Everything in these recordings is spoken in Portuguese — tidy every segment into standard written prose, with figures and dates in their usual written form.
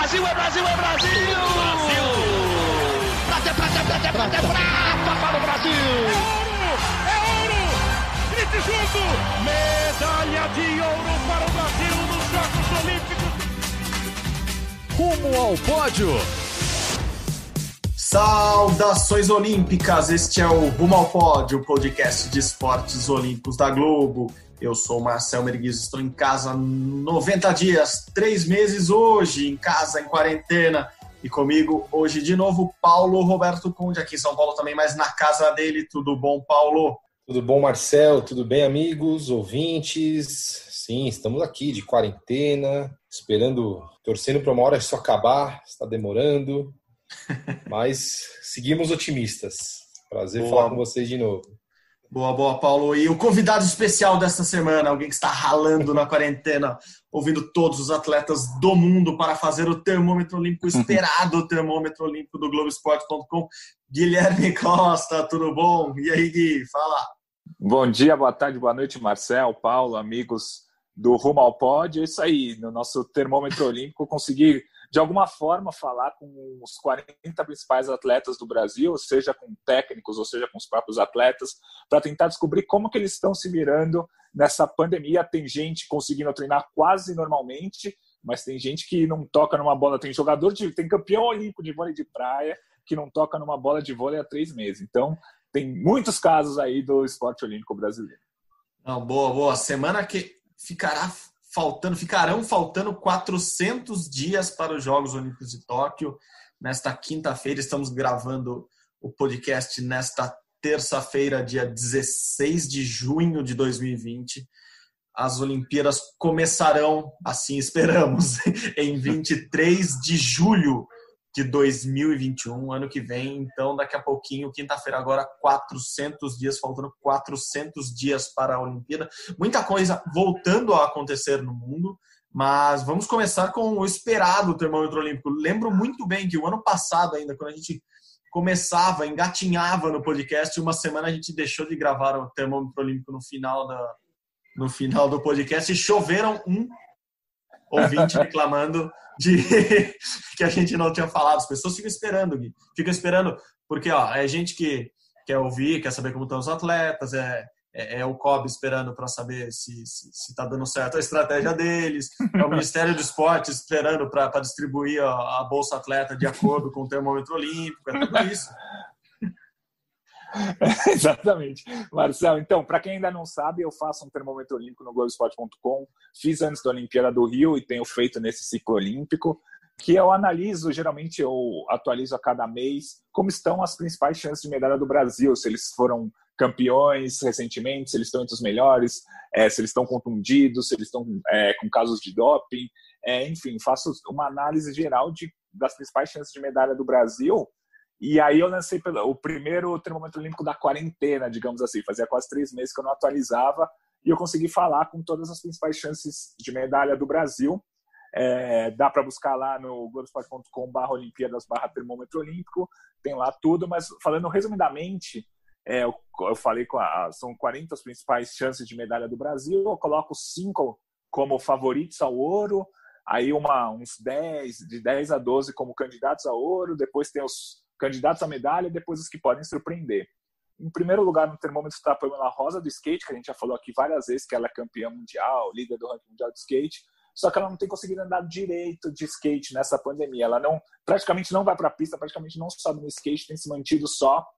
Brasil, é Brasil, é Brasil! Brasil! Prata, prata, prata, prata, prata para o Brasil! É ouro! Grite junto! Medalha de ouro para o Brasil nos Jogos Olímpicos! Rumo ao pódio! Saudações olímpicas, este é o Rumo ao Pódio, o podcast de esportes olímpicos da Globo. Eu sou o Marcel Merguiz, estou em casa 90 dias, 3 meses hoje, em casa, em quarentena. E comigo hoje de novo, Paulo Roberto Conde, aqui em São Paulo também, mas na casa dele. Tudo bom, Paulo? Tudo bom, Marcel? Tudo bem, amigos, ouvintes? Sim, estamos aqui de quarentena, torcendo para uma hora isso acabar, está demorando. Mas seguimos otimistas. Prazer falar com vocês de novo. Boa, Paulo. E o convidado especial desta semana, alguém que está ralando na quarentena, ouvindo todos os atletas do mundo para fazer o termômetro olímpico esperado, o termômetro olímpico do Globoesporte.com, Guilherme Costa, tudo bom? E aí, Gui, fala. Bom dia, boa tarde, boa noite, Marcel, Paulo, amigos do Rumo ao Pódio. É isso aí, no nosso termômetro olímpico, consegui de alguma forma falar com os 40 principais atletas do Brasil, seja com técnicos ou seja com os próprios atletas, para tentar descobrir como que eles estão se virando nessa pandemia. Tem gente conseguindo treinar quase normalmente, mas tem gente que não toca numa bola. Tem campeão olímpico de vôlei de praia que não toca numa bola de vôlei há 3 meses. Então, tem muitos casos aí do esporte olímpico brasileiro. Não, boa. Semana que ficarão faltando 400 dias para os Jogos Olímpicos de Tóquio. Nesta quinta-feira, estamos gravando o podcast nesta terça-feira, dia 16 de junho de 2020. As Olimpíadas começarão, assim esperamos, em 23 de julho de 2021, ano que vem. Então, daqui a pouquinho, quinta-feira agora, 400 dias, faltando 400 dias para a Olimpíada. Muita coisa voltando a acontecer no mundo, mas vamos começar com o esperado termômetro olímpico. Lembro muito bem que o ano passado ainda, quando a gente engatinhava no podcast, uma semana a gente deixou de gravar o termômetro olímpico no final do podcast e choveram um ouvinte reclamando de que a gente não tinha falado. As pessoas ficam esperando, Gui. Ficam esperando, porque é gente que quer ouvir, quer saber como estão os atletas, é o COB esperando para saber se está dando certo a estratégia deles, é o Ministério do Esporte esperando para distribuir a Bolsa Atleta de acordo com o termômetro olímpico, é tudo isso. Exatamente. Marcel, então, para quem ainda não sabe, eu faço um termômetro olímpico no Globoesporte.com, fiz antes da Olimpíada do Rio e tenho feito nesse ciclo olímpico, que eu analiso, geralmente eu atualizo a cada mês, como estão as principais chances de medalha do Brasil, se eles foram campeões recentemente, se eles estão entre os melhores, se eles estão contundidos, se eles estão com casos de doping, enfim, faço uma análise geral das principais chances de medalha do Brasil. E aí eu lancei o primeiro termômetro olímpico da quarentena, digamos assim. Fazia quase 3 meses que eu não atualizava e eu consegui falar com todas as principais chances de medalha do Brasil. Dá para buscar lá no globoesporte.com/Olimpíadas/termômetro olímpico. Tem lá tudo, mas falando resumidamente, eu falei são 40 as principais chances de medalha do Brasil. Eu coloco 5 como favoritos ao ouro, aí uns 10, de 10 a 12 como candidatos ao ouro, depois tem os candidatos à medalha e depois os que podem surpreender. Em primeiro lugar, no termômetro está a Pamela Rosa do skate, que a gente já falou aqui várias vezes que ela é campeã mundial, líder do ranking mundial de skate, só que ela não tem conseguido andar direito de skate nessa pandemia. Ela praticamente não vai para a pista, praticamente não sobe no skate, tem se mantido só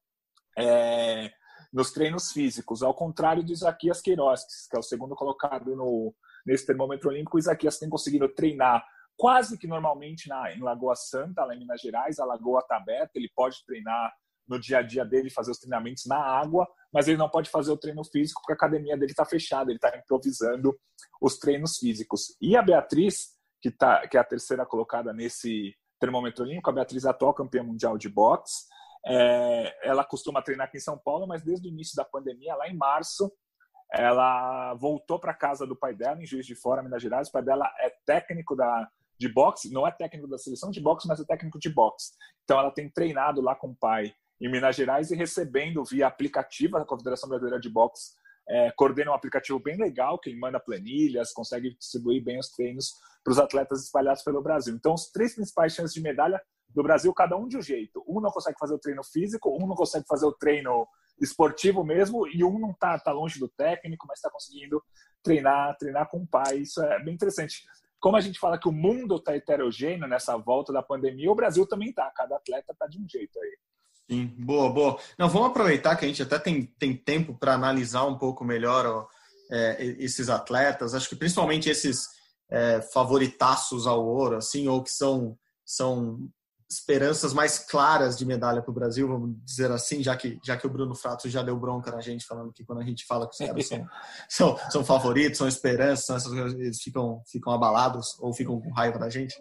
nos treinos físicos, ao contrário do Isaquias Queiroz, que é o segundo colocado nesse termômetro olímpico. O Isaquias tem conseguido treinar quase que normalmente em Lagoa Santa, lá em Minas Gerais. A lagoa está aberta, ele pode treinar no dia a dia dele, fazer os treinamentos na água, mas ele não pode fazer o treino físico porque a academia dele está fechada, ele está improvisando os treinos físicos. E a Beatriz, que é a terceira colocada nesse termômetro olímpico, a Beatriz é a atual campeã mundial de boxe, ela costuma treinar aqui em São Paulo, mas desde o início da pandemia, lá em março, ela voltou para casa do pai dela, em Juiz de Fora, Minas Gerais. O pai dela é técnico de boxe, não é técnico da seleção de boxe, mas é técnico de boxe. Então ela tem treinado lá com o pai em Minas Gerais e recebendo via aplicativo da Confederação Brasileira de Boxe coordena um aplicativo bem legal, que ele manda planilhas, consegue distribuir bem os treinos para os atletas espalhados pelo Brasil. Então, os 3 principais chances de medalha do Brasil, cada um de um jeito. Um não consegue fazer o treino físico, um não consegue fazer o treino esportivo mesmo, e um não tá longe do técnico, mas está conseguindo treinar com o pai. Isso é bem interessante. Como a gente fala que o mundo está heterogêneo nessa volta da pandemia, o Brasil também está. Cada atleta está de um jeito aí. Sim, boa. Não, vamos aproveitar que a gente até tem tempo para analisar um pouco melhor esses atletas. Acho que principalmente esses favoritaços ao ouro, assim, ou que são esperanças mais claras de medalha para o Brasil, vamos dizer assim, já que o Bruno Frato já deu bronca na gente, falando que quando a gente fala que os caras são favoritos, são esperanças, são essas coisas, eles ficam abalados ou ficam com raiva da gente.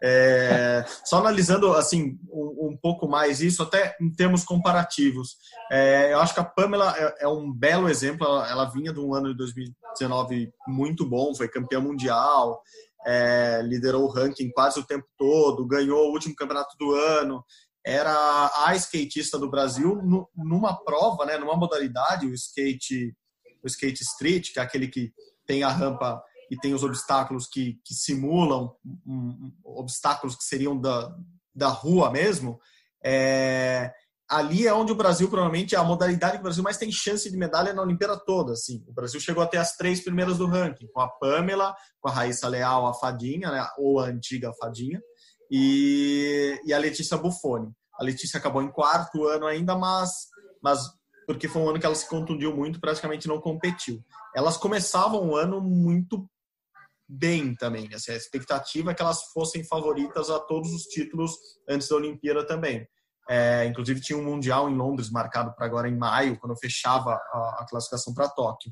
Só analisando assim um pouco mais isso, até em termos comparativos, eu acho que a Pamela é um belo exemplo. Ela vinha de um ano de 2019 muito bom, foi campeã mundial, liderou o ranking quase o tempo todo, ganhou o último campeonato do ano, era a skatista do Brasil numa prova, né, numa modalidade, o skate street, que é aquele que tem a rampa e tem os obstáculos que simulam obstáculos que seriam da rua mesmo. Ali é onde o Brasil, provavelmente, é a modalidade que o Brasil mais tem chance de medalha na Olimpíada toda. Assim. O Brasil chegou até as 3 primeiras do ranking, com a Pamela, com a Raíssa Leal, a Fadinha, né, ou a antiga Fadinha, e a Letícia Buffoni. A Letícia acabou em 4º ano ainda, mas porque foi um ano que ela se contundiu muito, praticamente não competiu. Elas começavam o ano muito bem também. Assim, a expectativa é que elas fossem favoritas a todos os títulos antes da Olimpíada também. Inclusive tinha um Mundial em Londres marcado para agora em maio, quando fechava a classificação para Tóquio.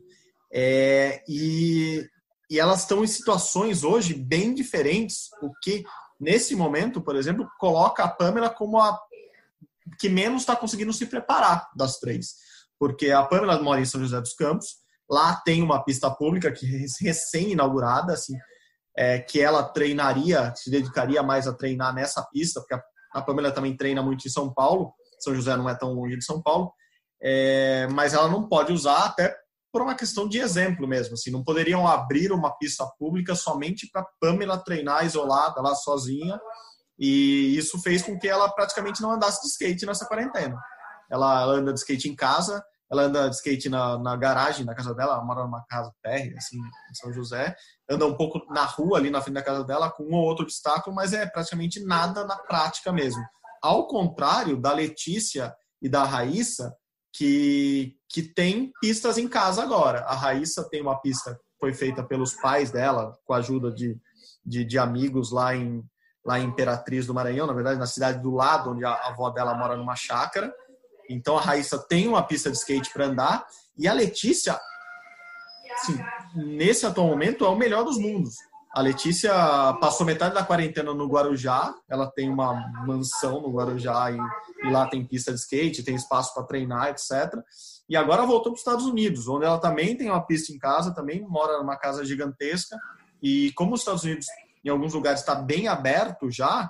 E elas estão em situações hoje bem diferentes, o que nesse momento, por exemplo, coloca a Pamela como a que menos está conseguindo se preparar das 3, porque a Pamela mora em São José dos Campos, lá tem uma pista pública que recém-inaugurada, assim, que ela treinaria, se dedicaria mais a treinar nessa pista, porque a Pamela também treina muito em São Paulo. São José não é tão longe de São Paulo. Mas ela não pode usar, até por uma questão de exemplo mesmo. Assim, não poderiam abrir uma pista pública somente para a Pamela treinar isolada lá sozinha. E isso fez com que ela praticamente não andasse de skate nessa quarentena. Ela anda de skate em casa, ela anda de skate na garagem da casa dela. Ela mora numa casa térrea, assim, em São José. Anda um pouco na rua, ali na frente da casa dela, com um ou outro obstáculo, mas é praticamente nada na prática mesmo. Ao contrário da Letícia e da Raíssa, que tem pistas em casa agora. A Raíssa tem uma pista que foi feita pelos pais dela, com a ajuda de amigos lá em Imperatriz do Maranhão, na verdade, na cidade do lado, onde a avó dela mora numa chácara. Então, a Raíssa tem uma pista de skate para andar, e a Letícia, assim, nesse atual momento, é o melhor dos mundos. A Letícia passou metade da quarentena no Guarujá, ela tem uma mansão no Guarujá e lá tem pista de skate, tem espaço para treinar, etc. E agora voltou para os Estados Unidos, onde ela também tem uma pista em casa, também mora numa casa gigantesca. E como os Estados Unidos, em alguns lugares, está bem aberto já,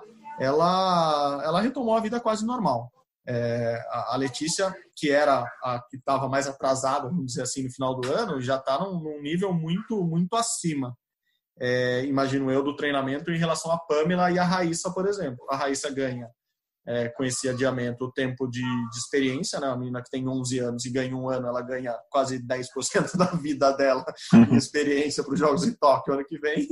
ela retomou a vida quase normal. A Letícia, que era a que estava mais atrasada, vamos dizer assim, no final do ano, já está num nível muito, muito acima, imagino eu, do treinamento em relação a Pamela e a Raíssa, por exemplo. A Raíssa ganha, com esse adiamento, o tempo de experiência, né? A menina que tem 11 anos e ganha um ano, ela ganha quase 10% da vida dela de experiência para os Jogos de Tóquio ano que vem.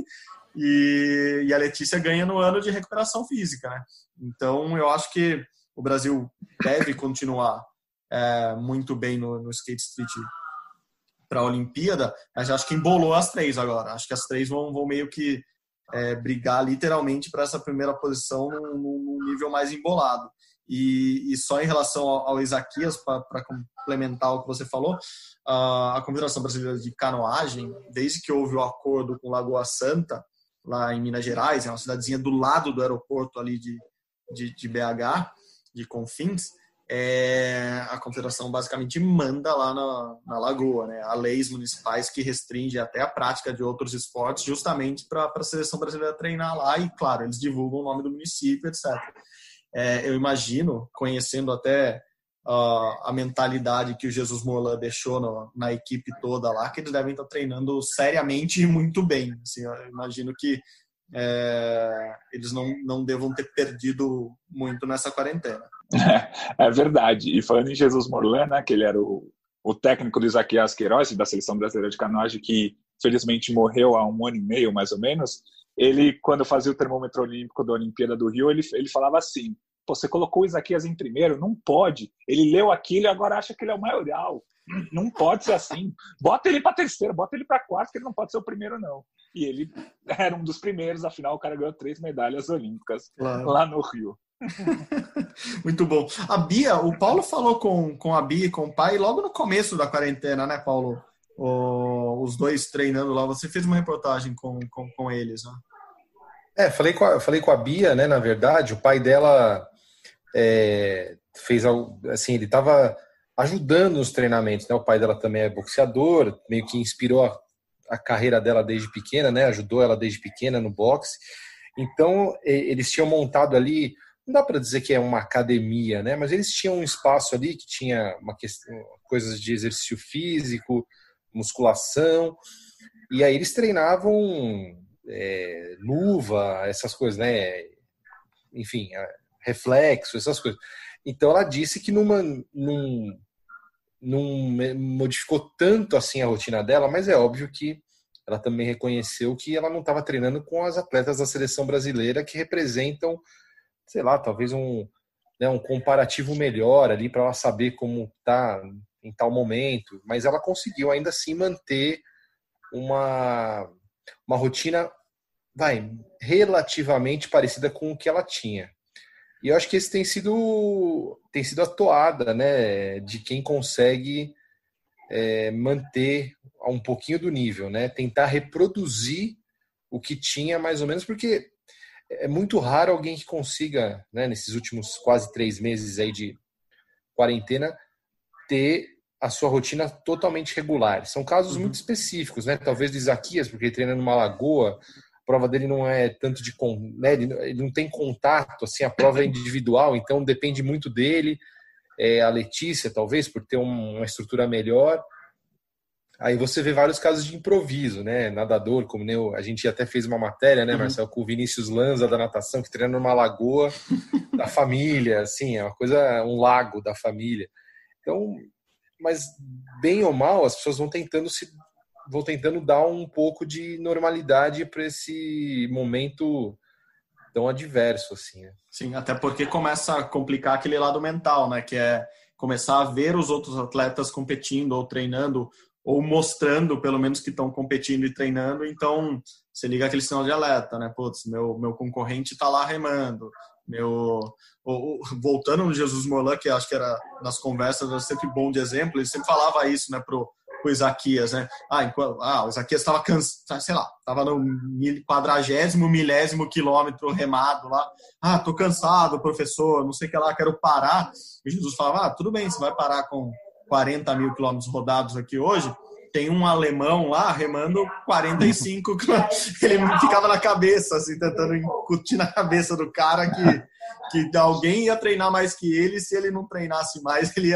E a Letícia ganha no ano de recuperação física, né? Então, eu acho que o Brasil deve continuar muito bem no skate street para a Olimpíada, mas acho que embolou as 3 agora. Acho que as 3 vão meio que brigar literalmente para essa primeira posição num nível mais embolado. E só em relação ao Isaquias, para complementar o que você falou, a Confederação Brasileira de Canoagem, desde que houve o acordo com Lagoa Santa, lá em Minas Gerais, é uma cidadezinha do lado do aeroporto ali de BH, de Confins, a confederação basicamente manda lá na Lagoa, né? Há leis municipais que restringem até a prática de outros esportes, justamente para a seleção brasileira treinar lá, e claro, eles divulgam o nome do município, etc. Eu imagino, conhecendo até a mentalidade que o Jesus Morlan deixou na equipe toda lá, que eles devem estar treinando seriamente e muito bem. Assim, eu imagino que eles não devam ter perdido muito nessa quarentena. É verdade. E falando em Jesus Morlan, né, que ele era o técnico do Isaquias Queiroz, da Seleção Brasileira de Canoagem, que felizmente morreu há 1 ano e meio, mais ou menos, ele, quando fazia o termômetro olímpico da Olimpíada do Rio, ele falava assim: pô, você colocou o Isaquias em primeiro? Não pode. Ele leu aquilo e agora acha que ele é o maioral. Não pode ser assim. Bota ele para terceiro, bota ele para quarto, que ele não pode ser o primeiro, não. E ele era um dos primeiros, afinal o cara ganhou 3 medalhas olímpicas lá no Rio. Muito bom. A Bia, o Paulo falou com a Bia e com o pai logo no começo da quarentena, né, Paulo? Os dois treinando lá. Você fez uma reportagem com eles, né? Falei com a Bia, né, na verdade. O pai dela fez algo, assim, ele estava ajudando nos treinamentos, né? O pai dela também é boxeador, meio que inspirou a carreira dela desde pequena, né? Ajudou ela desde pequena no boxe. Então, eles tinham montado ali, não dá para dizer que é uma academia, né? Mas eles tinham um espaço ali que tinha coisas de exercício físico, musculação, e aí eles treinavam luva, essas coisas, né? Enfim, reflexo, essas coisas. Então ela disse que não modificou tanto assim a rotina dela, mas é óbvio que ela também reconheceu que ela não estava treinando com as atletas da seleção brasileira, que representam, sei lá, talvez um comparativo melhor ali para ela saber como está em tal momento, mas ela conseguiu ainda assim manter uma rotina relativamente parecida com o que ela tinha. E eu acho que esse tem sido a toada, né, de quem consegue manter um pouquinho do nível, né, tentar reproduzir o que tinha mais ou menos, porque é muito raro alguém que consiga, né, nesses últimos quase 3 meses aí de quarentena, ter a sua rotina totalmente regular. São casos muito específicos, né, talvez do Isaquias, porque ele treina numa lagoa, a prova dele não é tanto de... né, ele não tem contato, assim, a prova é individual, então depende muito dele. A Letícia, talvez, por ter uma estrutura melhor. Aí você vê vários casos de improviso, né? Nadador, como a gente até fez uma matéria, né, Marcelo, com o Vinícius Lanza, da natação, que treina numa lagoa da família, assim, é uma coisa, um lago da família. Então, mas bem ou mal, as pessoas vão tentando dar um pouco de normalidade para esse momento tão adverso, assim, né? Sim, até porque começa a complicar aquele lado mental, né? Que é começar a ver os outros atletas competindo ou treinando, ou mostrando, pelo menos, que estão competindo e treinando. Então, você liga aquele sinal de alerta, né? Putz, meu concorrente está lá remando. Voltando no Jesus Morlan, que acho que era nas conversas, era sempre bom de exemplo, ele sempre falava isso, né, pro Isaquias, né? O Isaquias estava cansado, sei lá, estava no 40º milésimo quilômetro remado lá. Tô cansado, professor, não sei o que lá, quero parar. E Jesus falava, tudo bem, você vai parar com 40 mil quilômetros rodados aqui hoje. Tem um alemão lá remando 45, ele ficava na cabeça, assim, tentando incutir na cabeça do cara que alguém ia treinar mais que ele, se ele não treinasse mais, ele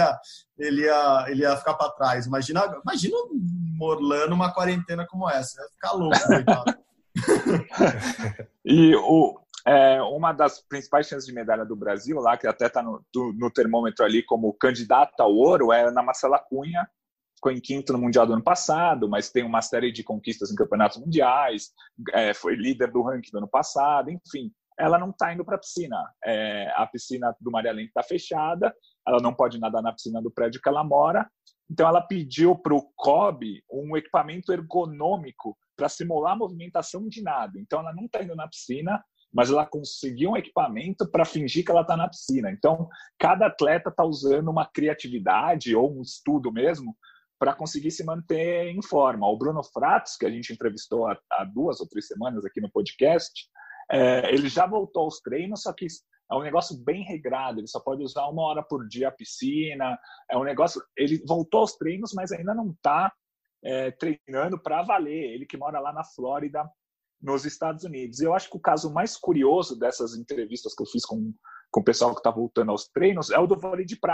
ia ficar para trás. Imagina o Morlan numa quarentena como essa, ia ficar louco, coitado. E uma das principais chances de medalha do Brasil, lá que até está no termômetro ali como candidato ao ouro, é a Ana Marcela Cunha. Ficou em 5º no Mundial do ano passado, mas tem uma série de conquistas em campeonatos mundiais, foi líder do ranking do ano passado, enfim. Ela não está indo para a piscina. A piscina do Maria Helena está fechada, ela não pode nadar na piscina do prédio que ela mora, então ela pediu para o COB um equipamento ergonômico para simular a movimentação de nado. Então ela não está indo na piscina, mas ela conseguiu um equipamento para fingir que ela está na piscina. Então, cada atleta está usando uma criatividade ou um estudo mesmo para conseguir se manter em forma. O Bruno Fratos, que a gente entrevistou há 2 ou 3 semanas aqui no podcast, ele já voltou aos treinos, só que é um negócio bem regrado, ele só pode usar 1 hora por dia a piscina, é um negócio... Ele voltou aos treinos, mas ainda não está treinando para valer, ele que mora lá na Flórida, nos Estados Unidos. Eu acho que o caso mais curioso dessas entrevistas que eu fiz com o pessoal que está voltando aos treinos é o do vôlei de praia,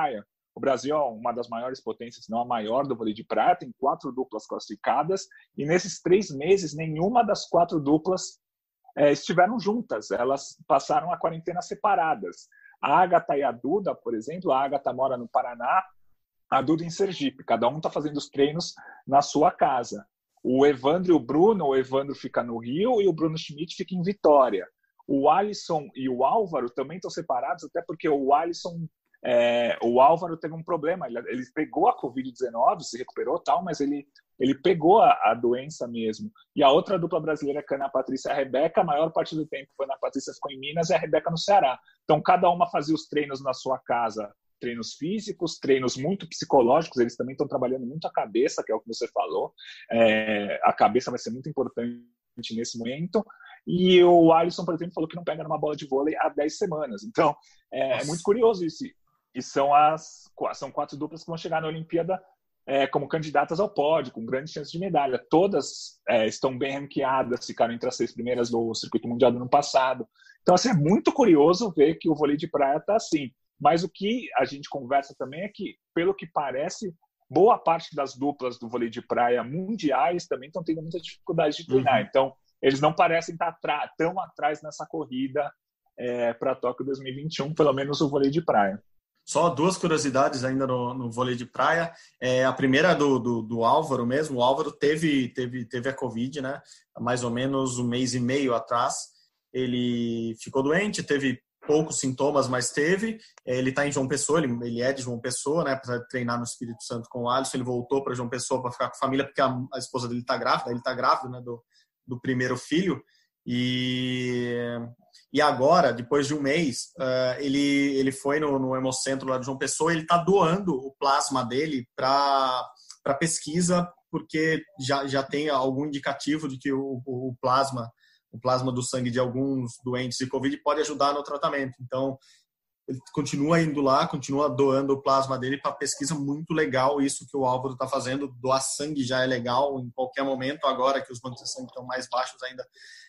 O Brasil é uma das maiores potências, se não a maior do vôlei de praia, tem 4 duplas classificadas, e nesses 3 meses, nenhuma das 4 duplas estiveram juntas, elas passaram a quarentena separadas. A Agatha e a Duda, por exemplo, a Agatha mora no Paraná, a Duda em Sergipe, cada um está fazendo os treinos na sua casa. O Evandro e o Evandro fica no Rio e o Bruno Schmidt fica em Vitória. O Alisson e o Álvaro também estão separados, até porque o Álvaro teve um problema, ele pegou a Covid-19, se recuperou tal, mas ele pegou a doença mesmo. E a outra dupla brasileira, que é a Ana Patrícia e a Rebeca, a maior parte do tempo foi a Ana Patrícia ficou em Minas e a Rebeca no Ceará. Então, cada uma fazia os treinos na sua casa, treinos físicos, treinos muito psicológicos, eles também estão trabalhando muito a cabeça, que é o que você falou. A cabeça vai ser muito importante nesse momento. E o Alisson, por exemplo, falou que não pega numa bola de vôlei há 10 semanas. Então, é muito curioso isso. E são 4 duplas que vão chegar na Olimpíada como candidatas ao pódio, com grandes chances de medalha. Todas estão bem ranqueadas, ficaram entre as 6 primeiras do circuito mundial do ano passado. Então, assim, é muito curioso ver que o vôlei de praia está assim. Mas o que a gente conversa também é que, pelo que parece, boa parte das duplas do vôlei de praia mundiais também estão tendo muita dificuldade de treinar. Então, eles não parecem estar tão atrás nessa corrida para Tóquio 2021, pelo menos o vôlei de praia. Só 2 curiosidades ainda no vôlei de praia. A primeira do Álvaro mesmo. O Álvaro teve a Covid, né? Há mais ou menos 1 mês e meio atrás. Ele ficou doente, teve poucos sintomas, mas teve. Ele está em João Pessoa, ele é de João Pessoa, né? Apesar de treinar no Espírito Santo com o Alisson, ele voltou para João Pessoa para ficar com a família, porque a esposa dele está grávida, ele está grávido, né? Do primeiro filho. E agora, depois de 1 mês, ele foi no Hemocentro lá de João Pessoa, ele está doando o plasma dele para pesquisa, porque já tem algum indicativo de que o plasma do sangue de alguns doentes de Covid pode ajudar no tratamento. Então, ele continua indo lá, continua doando o plasma dele para pesquisa. Muito legal isso que o Álvaro está fazendo. Doar sangue já é legal em qualquer momento. Agora que os bancos de sangue estão mais baixos ainda,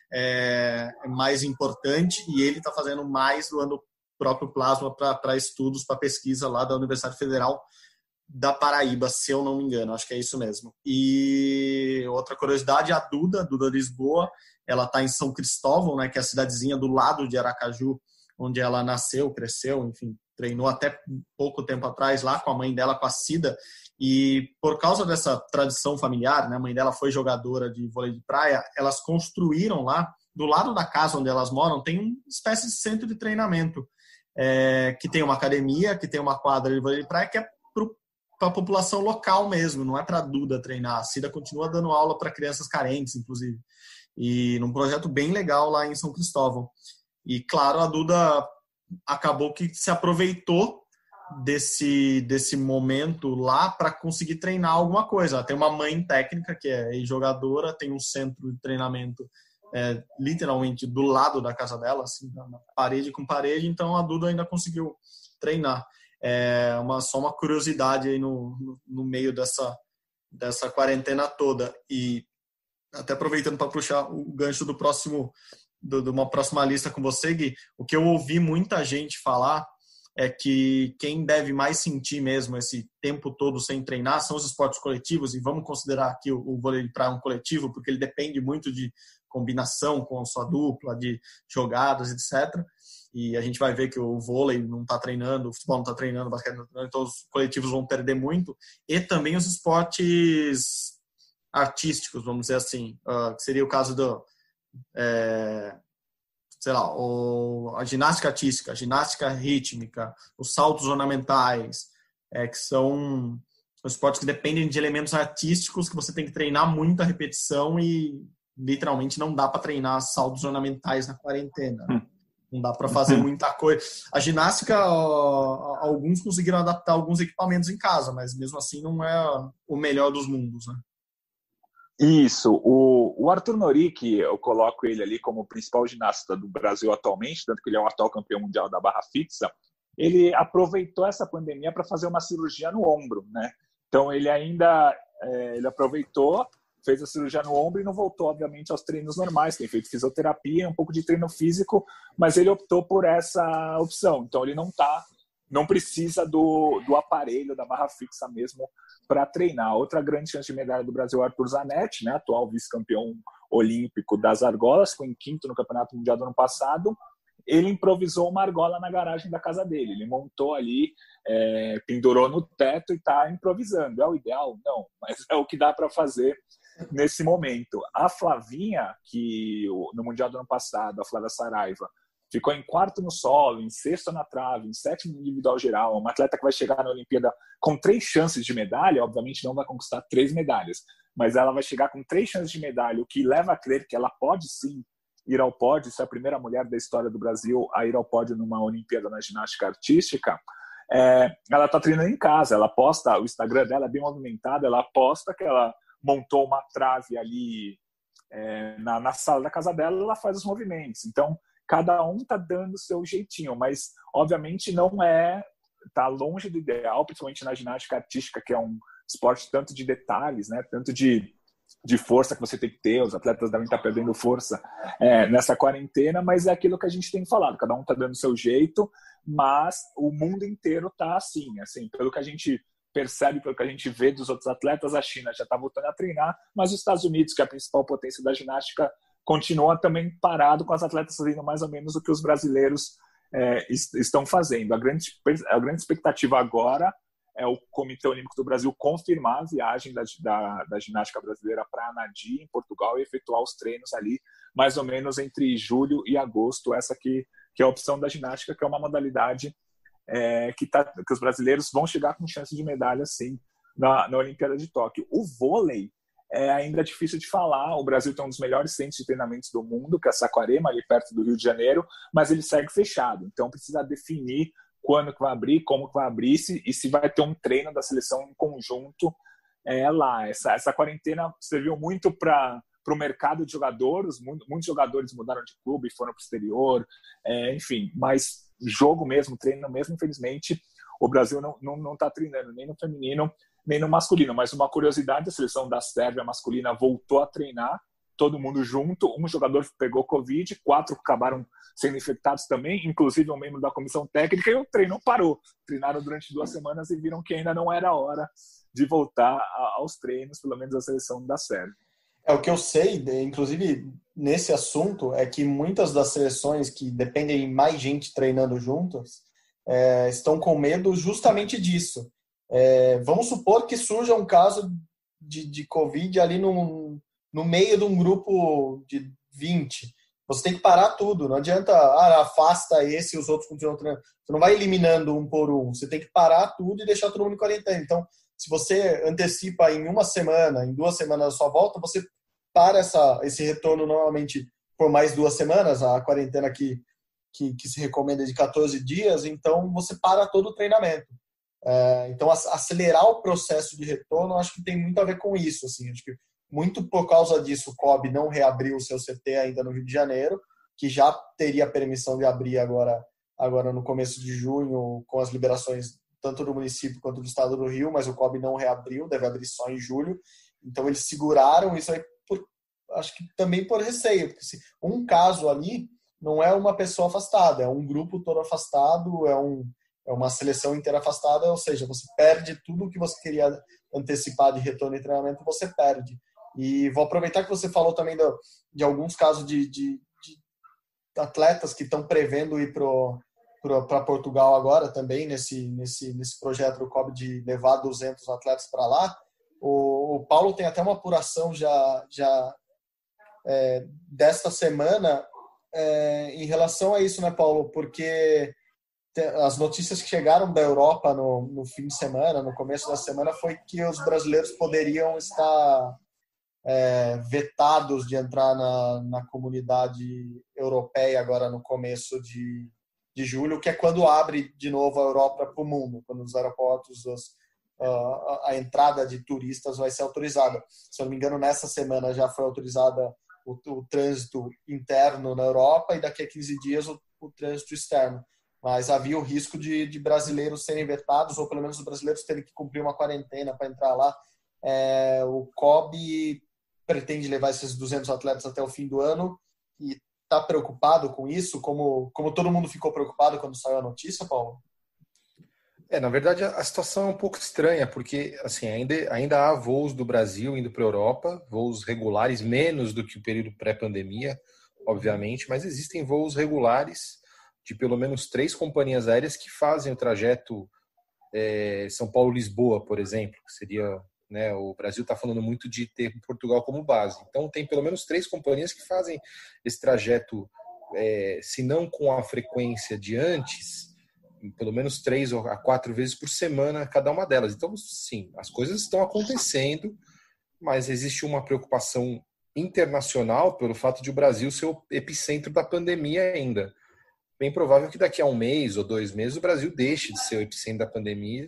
é mais importante. E ele está fazendo mais, doando o próprio plasma para estudos, para pesquisa lá da Universidade Federal da Paraíba, se eu não me engano. Acho que é isso mesmo. E outra curiosidade, a Duda Lisboa, ela está em São Cristóvão, né, que é a cidadezinha do lado de Aracaju, onde ela nasceu, cresceu, enfim, treinou até pouco tempo atrás lá com a mãe dela, com a Cida. E por causa dessa tradição familiar, né, a mãe dela foi jogadora de vôlei de praia, elas construíram lá, do lado da casa onde elas moram, tem uma espécie de centro de treinamento, que tem uma academia, que tem uma quadra de vôlei de praia, que é para a população local mesmo, não é para a Duda treinar. A Cida continua dando aula para crianças carentes, inclusive. E num projeto bem legal lá em São Cristóvão. E, claro, a Duda acabou que se aproveitou desse momento lá para conseguir treinar alguma coisa. Ela tem uma mãe técnica, que é jogadora, tem um centro de treinamento literalmente do lado da casa dela, assim, na parede com parede, então a Duda ainda conseguiu treinar. Só uma curiosidade aí no meio dessa quarentena toda. E até aproveitando para puxar o gancho de uma próxima lista com você, Gui, o que eu ouvi muita gente falar é que quem deve mais sentir mesmo esse tempo todo sem treinar são os esportes coletivos, e vamos considerar aqui o vôlei de praia um coletivo, porque ele depende muito de combinação com a sua dupla, de jogadas, etc. E a gente vai ver que o vôlei não está treinando, o futebol não está treinando, o basquete não está treinando, então os coletivos vão perder muito. E também os esportes artísticos, vamos dizer assim, que seria o caso a ginástica artística, a ginástica rítmica, os saltos ornamentais, que são os esportes que dependem de elementos artísticos que você tem que treinar muita repetição e literalmente não dá para treinar saltos ornamentais na quarentena. Não dá para fazer muita coisa. A ginástica, alguns conseguiram adaptar alguns equipamentos em casa, mas mesmo assim não é o melhor dos mundos, né? Isso. O Arthur Norick, eu coloco ele ali como o principal ginasta do Brasil atualmente, tanto que ele é o atual campeão mundial da barra fixa. Ele aproveitou essa pandemia para fazer uma cirurgia no ombro, né? Então ele aproveitou, fez a cirurgia no ombro e não voltou, obviamente, aos treinos normais. Tem feito fisioterapia, um pouco de treino físico, mas ele optou por essa opção. Então ele não está não precisa do aparelho, da barra fixa mesmo para treinar. Outra grande chance de medalha do Brasil é o Arthur Zanetti, né, atual vice-campeão olímpico das argolas, foi em quinto no Campeonato Mundial do ano passado. Ele improvisou uma argola na garagem da casa dele. Ele montou ali, pendurou no teto e está improvisando. É o ideal? Não, mas é o que dá para fazer nesse momento. A Flavinha, que no Mundial do ano passado, a Flávia Saraiva, ficou em quarto no solo, em sexto na trave, em sétimo no individual geral. Uma atleta que vai chegar na Olimpíada com 3 chances de medalha, obviamente não vai conquistar 3 medalhas, mas ela vai chegar com 3 chances de medalha, o que leva a crer que ela pode sim ir ao pódio, ser a primeira mulher da história do Brasil a ir ao pódio numa Olimpíada na ginástica artística. Ela está treinando em casa, ela posta, o Instagram dela é bem movimentado, ela posta que ela montou uma trave ali na sala da casa dela, ela faz os movimentos. Então, cada um está dando o seu jeitinho, mas obviamente está longe do ideal, principalmente na ginástica artística, que é um esporte tanto de detalhes, né, tanto de força que você tem que ter. Os atletas devem estar perdendo força nessa quarentena, mas é aquilo que a gente tem falado, cada um está dando o seu jeito, mas o mundo inteiro está assim, pelo que a gente percebe, pelo que a gente vê dos outros atletas, a China já está voltando a treinar, mas os Estados Unidos, que é a principal potência da ginástica, continua também parado, com as atletas fazendo mais ou menos o que os brasileiros estão fazendo. A grande expectativa agora é o Comitê Olímpico do Brasil confirmar a viagem da ginástica brasileira para Anadim, em Portugal, e efetuar os treinos ali, mais ou menos entre julho e agosto. Essa que é a opção da ginástica, que é uma modalidade que os brasileiros vão chegar com chance de medalha, sim, na Olimpíada de Tóquio. O vôlei é ainda difícil de falar. O Brasil tem um dos melhores centros de treinamentos do mundo, que é Saquarema, ali perto do Rio de Janeiro, mas ele segue fechado. Então precisa definir quando que vai abrir, como que vai abrir, e se vai ter um treino da seleção em conjunto lá. Essa quarentena serviu muito para o mercado de jogadores. Muitos jogadores mudaram de clube, foram para o exterior, enfim, mas jogo mesmo, treino mesmo, infelizmente, o Brasil não está treinando nem no feminino, nem no masculino. Mas uma curiosidade, a seleção da Sérvia masculina voltou a treinar, todo mundo junto. Um jogador pegou Covid, 4 acabaram sendo infectados também, inclusive um membro da comissão técnica, e o treino parou. Treinaram durante 2 semanas e viram que ainda não era hora de voltar aos treinos, pelo menos a seleção da Sérvia. O que eu sei, inclusive nesse assunto, é que muitas das seleções que dependem de mais gente treinando juntas estão com medo justamente disso. Vamos supor que surja um caso de Covid ali no meio de um grupo de 20. Você tem que parar tudo. Não adianta, afasta esse e os outros continuam treinando. Você não vai eliminando um por um. Você tem que parar tudo e deixar todo mundo em quarentena. Então, se você antecipa em 1 semana, em 2 semanas a sua volta, você para esse retorno normalmente por mais 2 semanas, a quarentena que se recomenda de 14 dias, então você para todo o treinamento. Então, acelerar o processo de retorno, acho que tem muito a ver com isso. Assim, acho que muito por causa disso, o COB não reabriu o seu CT ainda no Rio de Janeiro, que já teria permissão de abrir agora no começo de junho, com as liberações tanto do município quanto do estado do Rio, mas o COB não reabriu, deve abrir só em julho. Então, eles seguraram isso aí, acho que também por receio, porque se um caso ali não é uma pessoa afastada, é um grupo todo afastado, é uma seleção inteira afastada, ou seja, você perde tudo o que você queria antecipar de retorno e treinamento, você perde. E vou aproveitar que você falou também de alguns casos de atletas que estão prevendo ir para Portugal agora também, nesse projeto do COB de levar 200 atletas para lá. O Paulo tem até uma apuração já desta semana em relação a isso, né, Paulo? Porque as notícias que chegaram da Europa no fim de semana, no começo da semana, foi que os brasileiros poderiam estar vetados de entrar na comunidade europeia agora no começo de julho, que é quando abre de novo a Europa para o mundo, quando os aeroportos, a entrada de turistas vai ser autorizada. Se eu não me engano, nessa semana já foi autorizada o trânsito interno na Europa e daqui a 15 dias o trânsito externo. Mas havia o risco de brasileiros serem vetados, ou pelo menos os brasileiros terem que cumprir uma quarentena para entrar lá. O COB pretende levar esses 200 atletas até o fim do ano e está preocupado com isso, como todo mundo ficou preocupado quando saiu a notícia, Paulo? Na verdade, a situação é um pouco estranha, porque assim, ainda há voos do Brasil indo para a Europa, voos regulares, menos do que o período pré-pandemia, obviamente, mas existem voos regulares de pelo menos 3 companhias aéreas que fazem o trajeto São Paulo-Lisboa, por exemplo, que seria, né, o Brasil está falando muito de ter Portugal como base. Então, tem pelo menos 3 companhias que fazem esse trajeto, se não com a frequência de antes, pelo menos 3 a 4 vezes por semana cada uma delas. Então, sim, as coisas estão acontecendo, mas existe uma preocupação internacional pelo fato de o Brasil ser o epicentro da pandemia ainda. Bem provável que daqui a 1 mês ou 2 meses o Brasil deixe de ser o epicentro da pandemia,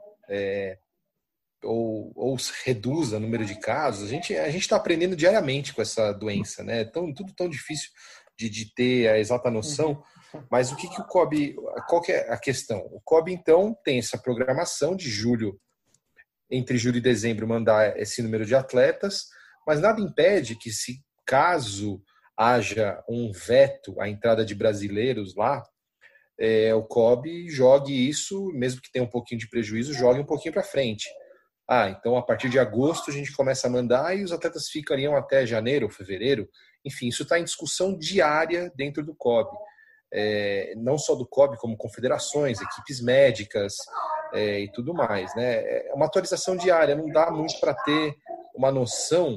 ou reduza o número de casos. A gente está aprendendo diariamente com essa doença, né? Tudo tão difícil de ter a exata noção. Mas o que o COB... Qual que é a questão? O COB, então, tem essa programação de entre julho e dezembro, mandar esse número de atletas, mas nada impede que, se caso haja um veto à entrada de brasileiros lá, o COB jogue isso, mesmo que tenha um pouquinho de prejuízo, jogue um pouquinho para frente. Então a partir de agosto a gente começa a mandar e os atletas ficariam até janeiro ou fevereiro. Enfim, isso está em discussão diária dentro do COB. Não só do COB, como confederações, equipes médicas e tudo mais, né? É uma atualização diária, não dá muito para ter uma noção,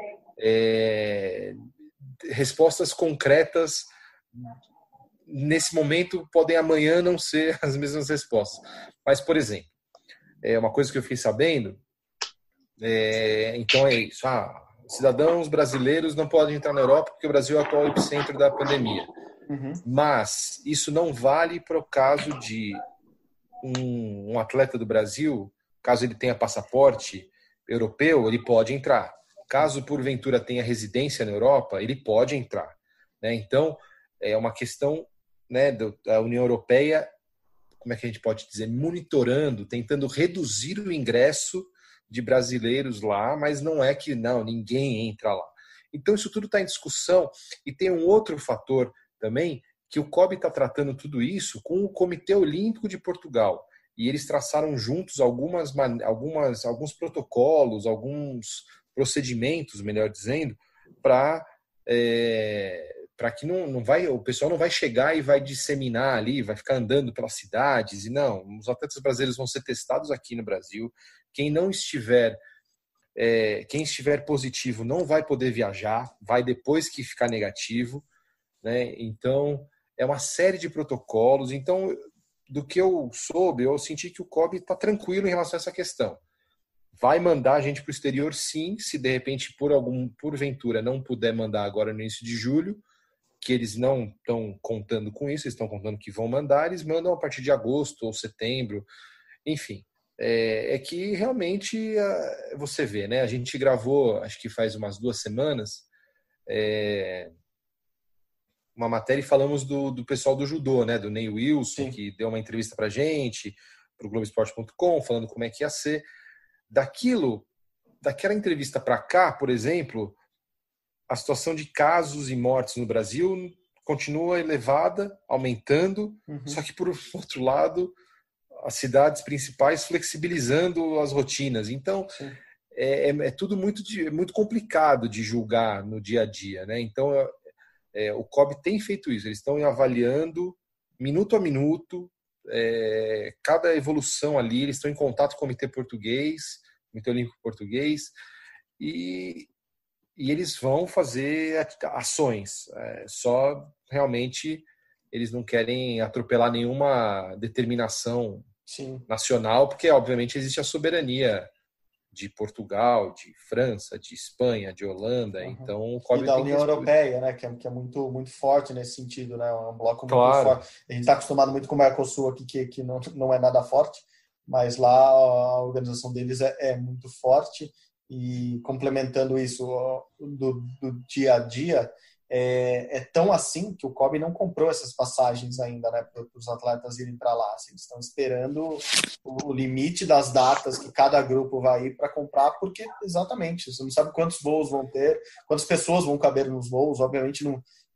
respostas concretas nesse momento podem amanhã não ser as mesmas respostas. Mas, por exemplo, uma coisa que eu fiquei sabendo, então é isso, cidadãos brasileiros não podem entrar na Europa porque o Brasil é o atual epicentro da pandemia. Mas isso não vale para o caso de um atleta do Brasil, caso ele tenha passaporte europeu, ele pode entrar. Caso porventura tenha residência na Europa, ele pode entrar, né? Então é uma questão, né, da União Europeia, como é que a gente pode dizer, monitorando, tentando reduzir o ingresso de brasileiros lá, mas não é que ninguém entra lá. Então isso tudo está em discussão. E tem um outro fator também, que o COB está tratando tudo isso com o Comitê Olímpico de Portugal. E eles traçaram juntos alguns protocolos, alguns procedimentos, melhor dizendo, para que o pessoal não vai chegar e vai disseminar ali, vai ficar andando pelas cidades. E não, os atletas brasileiros vão ser testados aqui no Brasil. Quem estiver positivo não vai poder viajar, vai depois que ficar negativo, né? Então, é uma série de protocolos. Então, do que eu soube, eu senti que o COB está tranquilo em relação a essa questão. Vai mandar a gente para o exterior, sim, se de repente, porventura, não puder mandar agora no início de julho, que eles não estão contando com isso, eles estão contando que vão mandar, eles mandam a partir de agosto ou setembro, enfim. É que realmente você vê, né? A gente gravou, acho que faz umas 2 semanas, uma matéria e falamos do pessoal do judô, né? Do Ney Wilson, sim, que deu uma entrevista pra gente, pro Globoesporte.com, falando como é que ia ser. Daquela entrevista para cá, por exemplo, a situação de casos e mortes no Brasil continua elevada, aumentando, só que, por outro lado, as cidades principais flexibilizando as rotinas. Então, é tudo muito complicado de julgar no dia a dia, né? Então, o COB tem feito isso. Eles estão avaliando, minuto a minuto, cada evolução ali. Eles estão em contato com o Comitê Olímpico Português, e eles vão fazer ações. Só realmente eles não querem atropelar nenhuma determinação, sim, nacional, porque obviamente existe a soberania de Portugal, de França, de Espanha, de Holanda. Então, o COB e da União Europeia, né, que é muito, muito forte nesse sentido, né, um bloco muito forte. A gente está acostumado muito com o Mercosul aqui, que não é nada forte, mas lá a organização deles é muito forte. E complementando isso do dia a dia, é tão assim que o COB não comprou essas passagens ainda, né, para os atletas irem para lá. Assim, eles estão esperando o limite das datas que cada grupo vai ir para comprar, porque exatamente, você não sabe quantos voos vão ter, quantas pessoas vão caber nos voos. Obviamente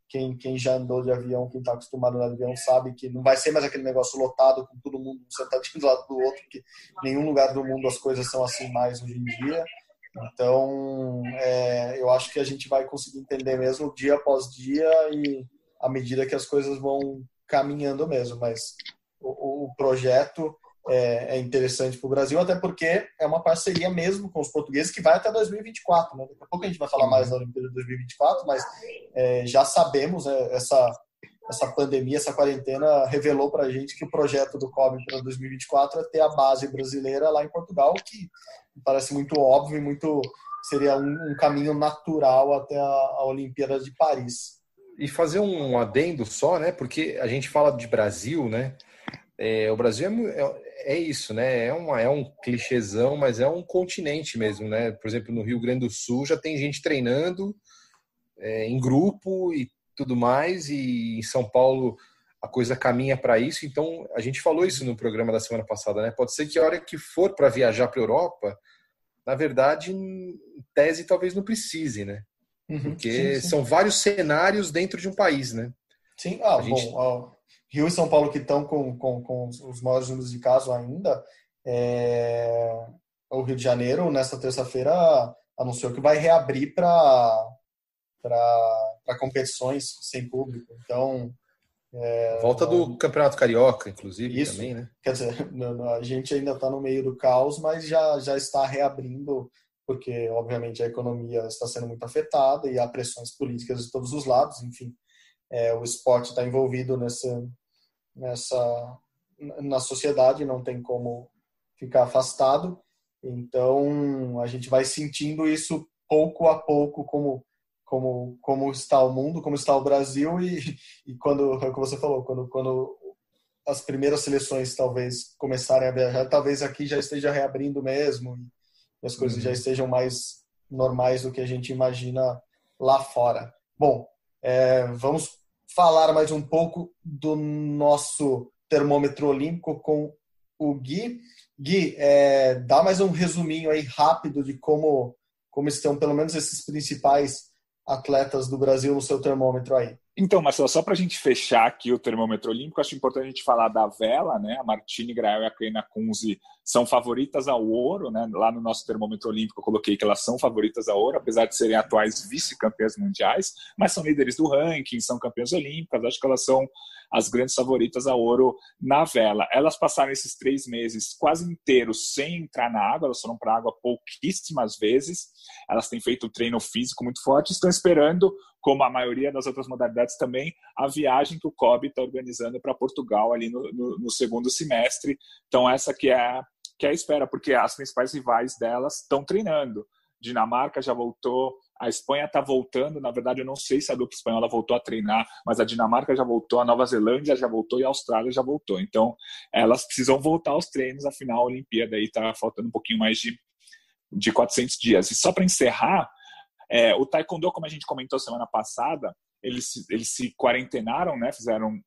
quem já andou de avião, quem está acostumado a andar de avião, sabe que não vai ser mais aquele negócio lotado com todo mundo sentadinho do lado do outro, porque em nenhum lugar do mundo as coisas são assim mais hoje em dia. Então, eu acho que a gente vai conseguir entender mesmo dia após dia e à medida que as coisas vão caminhando mesmo. Mas o projeto é interessante para o Brasil, até porque é uma parceria mesmo com os portugueses que vai até 2024. Né? Daqui a pouco a gente vai falar mais da Olimpíada de 2024, mas já sabemos, essa pandemia, essa quarentena revelou para a gente que o projeto do COB para 2024 é ter a base brasileira lá em Portugal, que parece muito óbvio e seria um caminho natural até a Olimpíada de Paris. E fazer um adendo só, né? Porque a gente fala de Brasil, né? O Brasil é isso, né? É um clichêzão, mas é um continente mesmo, né? Por exemplo, no Rio Grande do Sul já tem gente treinando em grupo e tudo mais, e em São Paulo a coisa caminha para isso. Então, a gente falou isso no programa da semana passada, né? Pode ser que a hora que for para viajar para a Europa, na verdade, em tese, talvez não precise, né? Porque sim. são vários cenários dentro de um país, né? Sim, Rio e São Paulo que estão com os maiores números de casos ainda, o Rio de Janeiro, nesta terça-feira, anunciou que vai reabrir para competições sem público. Então... Volta do Campeonato Carioca, inclusive, isso, também, né? Quer dizer, a gente ainda está no meio do caos, mas já está reabrindo, porque, obviamente, a economia está sendo muito afetada e há pressões políticas de todos os lados, enfim. O esporte está envolvido na sociedade, não tem como ficar afastado. Então, a gente vai sentindo isso pouco a pouco, como está o mundo, como está o Brasil, e quando, é o que você falou, quando as primeiras seleções talvez começarem a viajar, talvez aqui já esteja reabrindo mesmo, e as coisas já estejam mais normais do que a gente imagina lá fora. Bom, vamos falar mais um pouco do nosso termômetro olímpico com o Gui. Gui, dá mais um resuminho aí rápido de como estão pelo menos esses principais atletas do Brasil no seu termômetro aí. Então, Marcelo, só para a gente fechar aqui o termômetro olímpico, acho importante a gente falar da vela, né? A Martine Grael e a Keina Kunze são favoritas ao ouro, né? Lá no nosso termômetro olímpico eu coloquei que elas são favoritas ao ouro, apesar de serem atuais vice-campeãs mundiais, mas são líderes do ranking, são campeãs olímpicas, acho que elas são as grandes favoritas ao ouro na vela. Elas passaram esses 3 meses quase inteiros sem entrar na água, elas foram para a água pouquíssimas vezes, elas têm feito treino físico muito forte, estão esperando, como a maioria das outras modalidades também, a viagem que o COB está organizando para Portugal ali no segundo semestre. Então essa que é a espera, porque as principais rivais delas estão treinando. Dinamarca já voltou, a Espanha está voltando, na verdade eu não sei se a dupla espanhola voltou a treinar, mas a Dinamarca já voltou, a Nova Zelândia já voltou e a Austrália já voltou. Então elas precisam voltar aos treinos, afinal a Olimpíada aí está faltando um pouquinho mais de 400 dias. E só para encerrar, o taekwondo, como a gente comentou semana passada, eles se quarentenaram, né?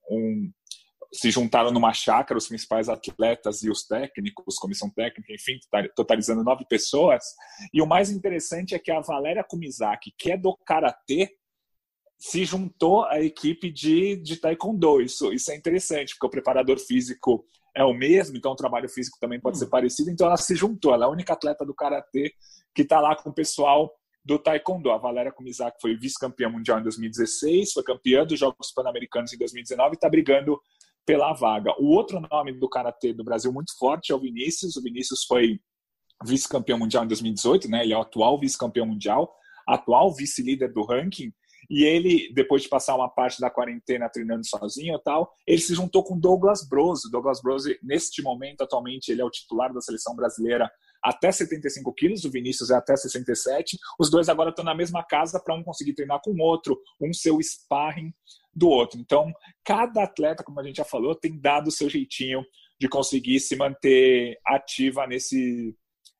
Se juntaram numa chácara, os principais atletas e os técnicos, comissão técnica, enfim, totalizando 9 pessoas. E o mais interessante é que a Valéria Kumizaki, que é do karatê, se juntou à equipe de taekwondo. Isso é interessante, porque o preparador físico é o mesmo, então o trabalho físico também pode ser parecido. Então ela se juntou, ela é a única atleta do karatê que está lá com o pessoal do taekwondo. A Valéria Kumizaki foi vice-campeã mundial em 2016, foi campeã dos Jogos Pan-Americanos em 2019 e está brigando pela vaga. O outro nome do karatê do Brasil muito forte é o Vinícius. O Vinícius foi vice-campeão mundial em 2018, né? Ele é o atual vice-campeão mundial, atual vice-líder do ranking. E ele, depois de passar uma parte da quarentena treinando sozinho e tal, ele se juntou com Douglas Brose. Douglas Brose, neste momento, atualmente, ele é o titular da seleção brasileira até 75 quilos, o Vinícius é até 67. Os dois agora estão na mesma casa para um conseguir treinar com o outro, um ser o sparring do outro. Então, cada atleta, como a gente já falou, tem dado o seu jeitinho de conseguir se manter ativa nesse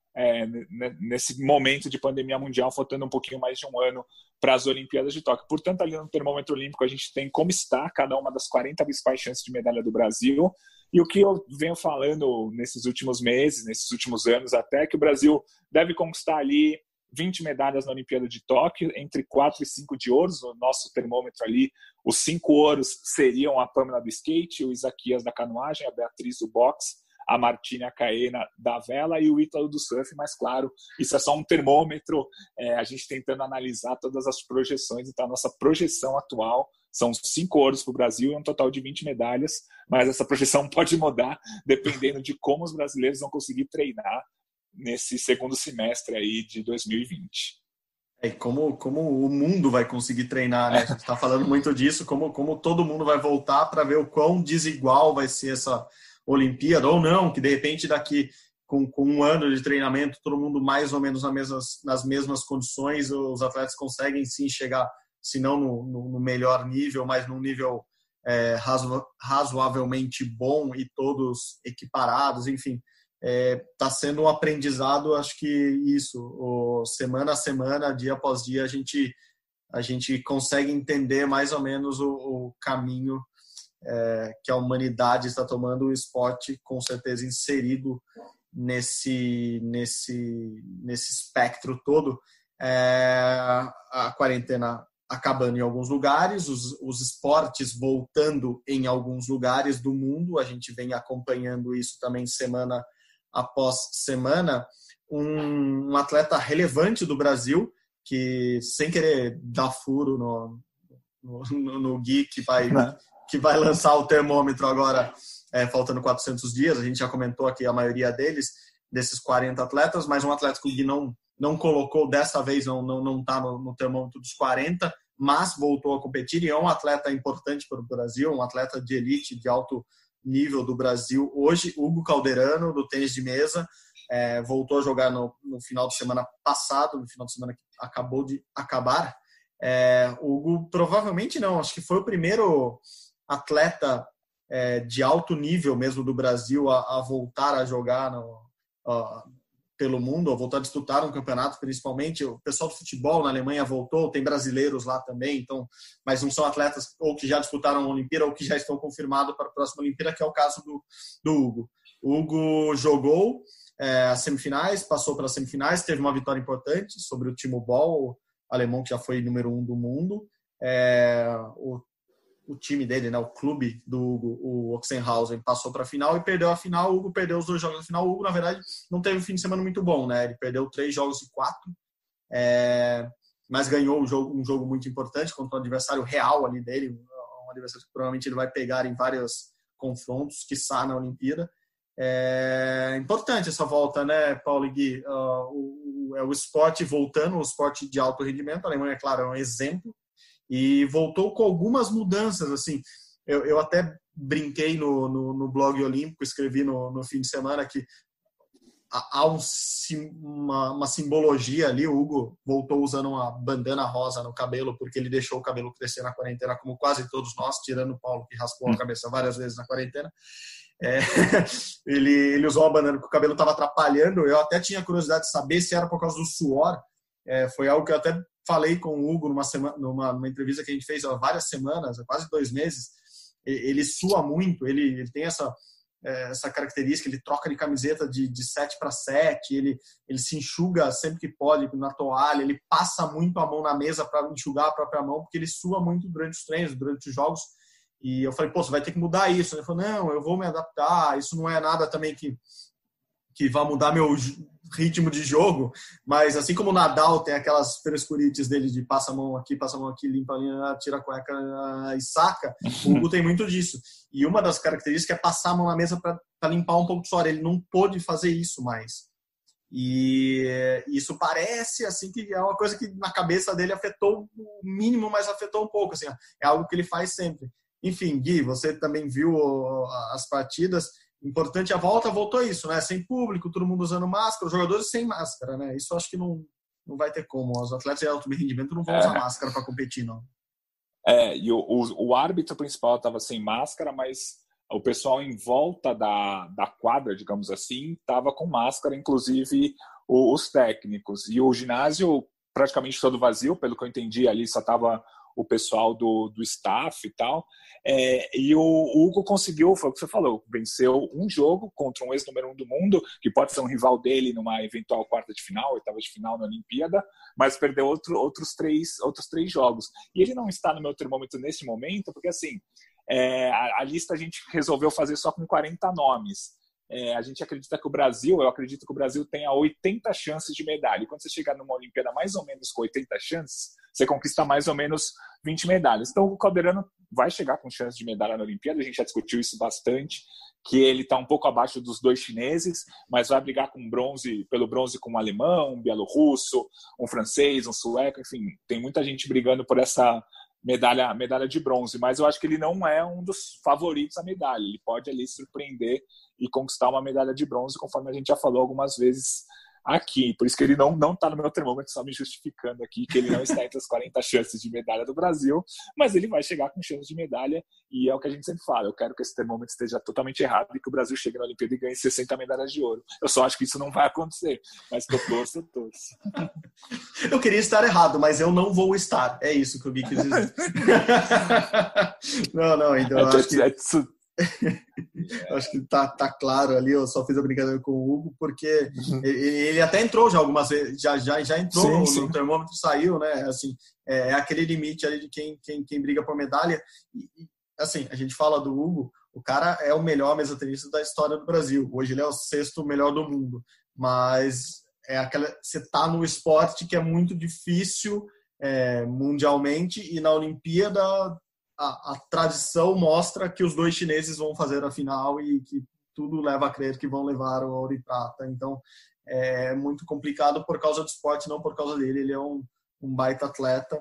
momento de pandemia mundial, faltando um pouquinho mais de um ano para as Olimpíadas de Tóquio. Portanto, ali no termômetro olímpico a gente tem como está cada uma das 40 principais chances de medalha do Brasil. E o que eu venho falando nesses últimos meses, nesses últimos anos até, que o Brasil deve conquistar ali 20 medalhas na Olimpíada de Tóquio, entre 4 e 5 de ouros. No nosso termômetro ali, os 5 ouros seriam a Pamela do skate, o Isaquias da canoagem, a Beatriz do boxe, a Martina Caena da vela e o Ítalo do surf, mas claro, isso é só um termômetro, a gente tentando analisar todas as projeções. Então a nossa projeção atual são 5 ouros para o Brasil e um total de 20 medalhas, mas essa projeção pode mudar dependendo de como os brasileiros vão conseguir treinar nesse segundo semestre aí de 2020. E como o mundo vai conseguir treinar, né? A gente está falando muito disso, como todo mundo vai voltar para ver o quão desigual vai ser essa Olimpíada, ou não, que de repente daqui com um ano de treinamento, todo mundo mais ou menos nas mesmas condições, os atletas conseguem sim chegar, se não no melhor nível, mas num nível razoavelmente bom e todos equiparados, enfim. Está sendo um aprendizado, acho que isso, semana a semana, dia após dia, a gente consegue entender mais ou menos o caminho que a humanidade está tomando, o esporte com certeza inserido nesse espectro todo. A quarentena acabando em alguns lugares, os esportes voltando em alguns lugares do mundo, a gente vem acompanhando isso também semana após semana. Um atleta relevante do Brasil, que sem querer dar furo no Gui, que vai lançar o termômetro agora, faltando 400 dias, a gente já comentou aqui a maioria desses 40 atletas, mas um atleta que o Gui não colocou dessa vez, não está no termômetro dos 40, mas voltou a competir e é um atleta importante para o Brasil, um atleta de elite, de alto nível do Brasil hoje. Hugo Calderano, do tênis de mesa, voltou a jogar no final de semana passado, no final de semana que acabou de acabar. O Hugo provavelmente não, acho que foi o primeiro atleta de alto nível mesmo do Brasil a voltar a jogar pelo mundo, a voltar a disputar um campeonato, principalmente. O pessoal do futebol na Alemanha voltou, tem brasileiros lá também, então, mas não são atletas ou que já disputaram a Olimpíada ou que já estão confirmados para a próxima Olimpíada, que é o caso do Hugo. O Hugo jogou as semifinais, passou para as semifinais, teve uma vitória importante sobre o Timo Boll, alemão, que já foi número 1 do mundo. O time dele, né, o clube do Hugo, o Oxenhausen, passou para a final e perdeu a final. O Hugo perdeu os 2 jogos da final. O Hugo, na verdade, não teve um fim de semana muito bom, né? Ele perdeu 3 jogos de 4, mas ganhou um jogo muito importante contra um adversário real ali dele, um adversário que provavelmente ele vai pegar em vários confrontos, quiçá na Olimpíada. É importante essa volta, né, Paulo e Gui? O esporte voltando, o esporte de alto rendimento. A Alemanha, claro, é um exemplo. E voltou com algumas mudanças, assim. Eu até brinquei no blog olímpico, escrevi no fim de semana que há uma simbologia ali. O Hugo voltou usando uma bandana rosa no cabelo, porque ele deixou o cabelo crescer na quarentena, como quase todos nós, tirando o Paulo, que raspou a cabeça várias vezes na quarentena. Ele usou a bandana porque o cabelo estava atrapalhando. Eu até tinha curiosidade de saber se era por causa do suor. Foi algo que eu até falei com o Hugo numa entrevista que a gente fez há várias semanas, há quase 2 meses. Ele sua muito, ele tem essa característica, ele troca de camiseta de 7 para 7, ele se enxuga sempre que pode na toalha, ele passa muito a mão na mesa para enxugar a própria mão, porque ele sua muito durante os treinos, durante os jogos. E eu falei, você vai ter que mudar isso. Ele falou, não, eu vou me adaptar, isso não é nada também que vai mudar meu ritmo de jogo, mas assim como o Nadal tem aquelas frescurites dele de passa a mão aqui, limpa, tira a cueca e saca, o Hugo tem muito disso. E uma das características é passar a mão na mesa para limpar um pouco de suor. Ele não pôde fazer isso mais. E isso parece assim que é uma coisa que na cabeça dele afetou o mínimo, mas afetou um pouco. Assim, é algo que ele faz sempre. Enfim, Gui, você também viu as partidas. Importante a volta, voltou isso, né? Sem público, todo mundo usando máscara, os jogadores sem máscara, né? Isso acho que não vai ter como. Os atletas de alto rendimento não vão usar máscara para competir, não. E o árbitro principal estava sem máscara, mas o pessoal em volta da quadra, digamos assim, estava com máscara, inclusive os técnicos. E o ginásio praticamente todo vazio, pelo que eu entendi, ali só estava o pessoal do staff e tal. E o Hugo conseguiu, foi o que você falou, venceu um jogo contra um ex-número 1 do mundo, que pode ser um rival dele numa eventual quarta de final, oitava de final na Olimpíada, mas perdeu outros três jogos. E ele não está no meu termômetro nesse momento, porque assim, a lista a gente resolveu fazer só com 40 nomes. A gente acredita que eu acredito que o Brasil tenha 80 chances de medalha. E quando você chegar numa Olimpíada mais ou menos com 80 chances, você conquista mais ou menos 20 medalhas. Então o Calderano vai chegar com chance de medalha na Olimpíada, a gente já discutiu isso bastante, que ele está um pouco abaixo dos 2 chineses, mas vai brigar pelo bronze com um alemão, um bielorrusso, um francês, um sueco, enfim, tem muita gente brigando por essa medalha de bronze, mas eu acho que ele não é um dos favoritos à medalha, ele pode ali surpreender e conquistar uma medalha de bronze, conforme a gente já falou algumas vezes aqui, por isso que ele não está no meu termômetro, só me justificando aqui que ele não está entre as 40 chances de medalha do Brasil, mas ele vai chegar com chance de medalha, e é o que a gente sempre fala, eu quero que esse termômetro esteja totalmente errado e que o Brasil chegue na Olimpíada e ganhe 60 medalhas de ouro. Eu só acho que isso não vai acontecer, mas que eu torço. Eu queria estar errado, mas eu não vou estar, é isso que o Gui quis dizer. Não, então eu acho que... Acho que tá claro ali, eu só fiz a brincadeira com o Hugo, porque ele até entrou já algumas vezes, já entrou sim. No termômetro, saiu, né? Assim, é aquele limite ali de quem briga por medalha. E, assim, a gente fala do Hugo, o cara é o melhor mesatenista da história do Brasil. Hoje ele é o 6º melhor do mundo, mas você tá no esporte que é muito difícil mundialmente, e na Olimpíada a tradição mostra que os 2 chineses vão fazer a final e que tudo leva a crer que vão levar o ouro e prata. Então, é muito complicado por causa do esporte, não por causa dele. Ele é um baita atleta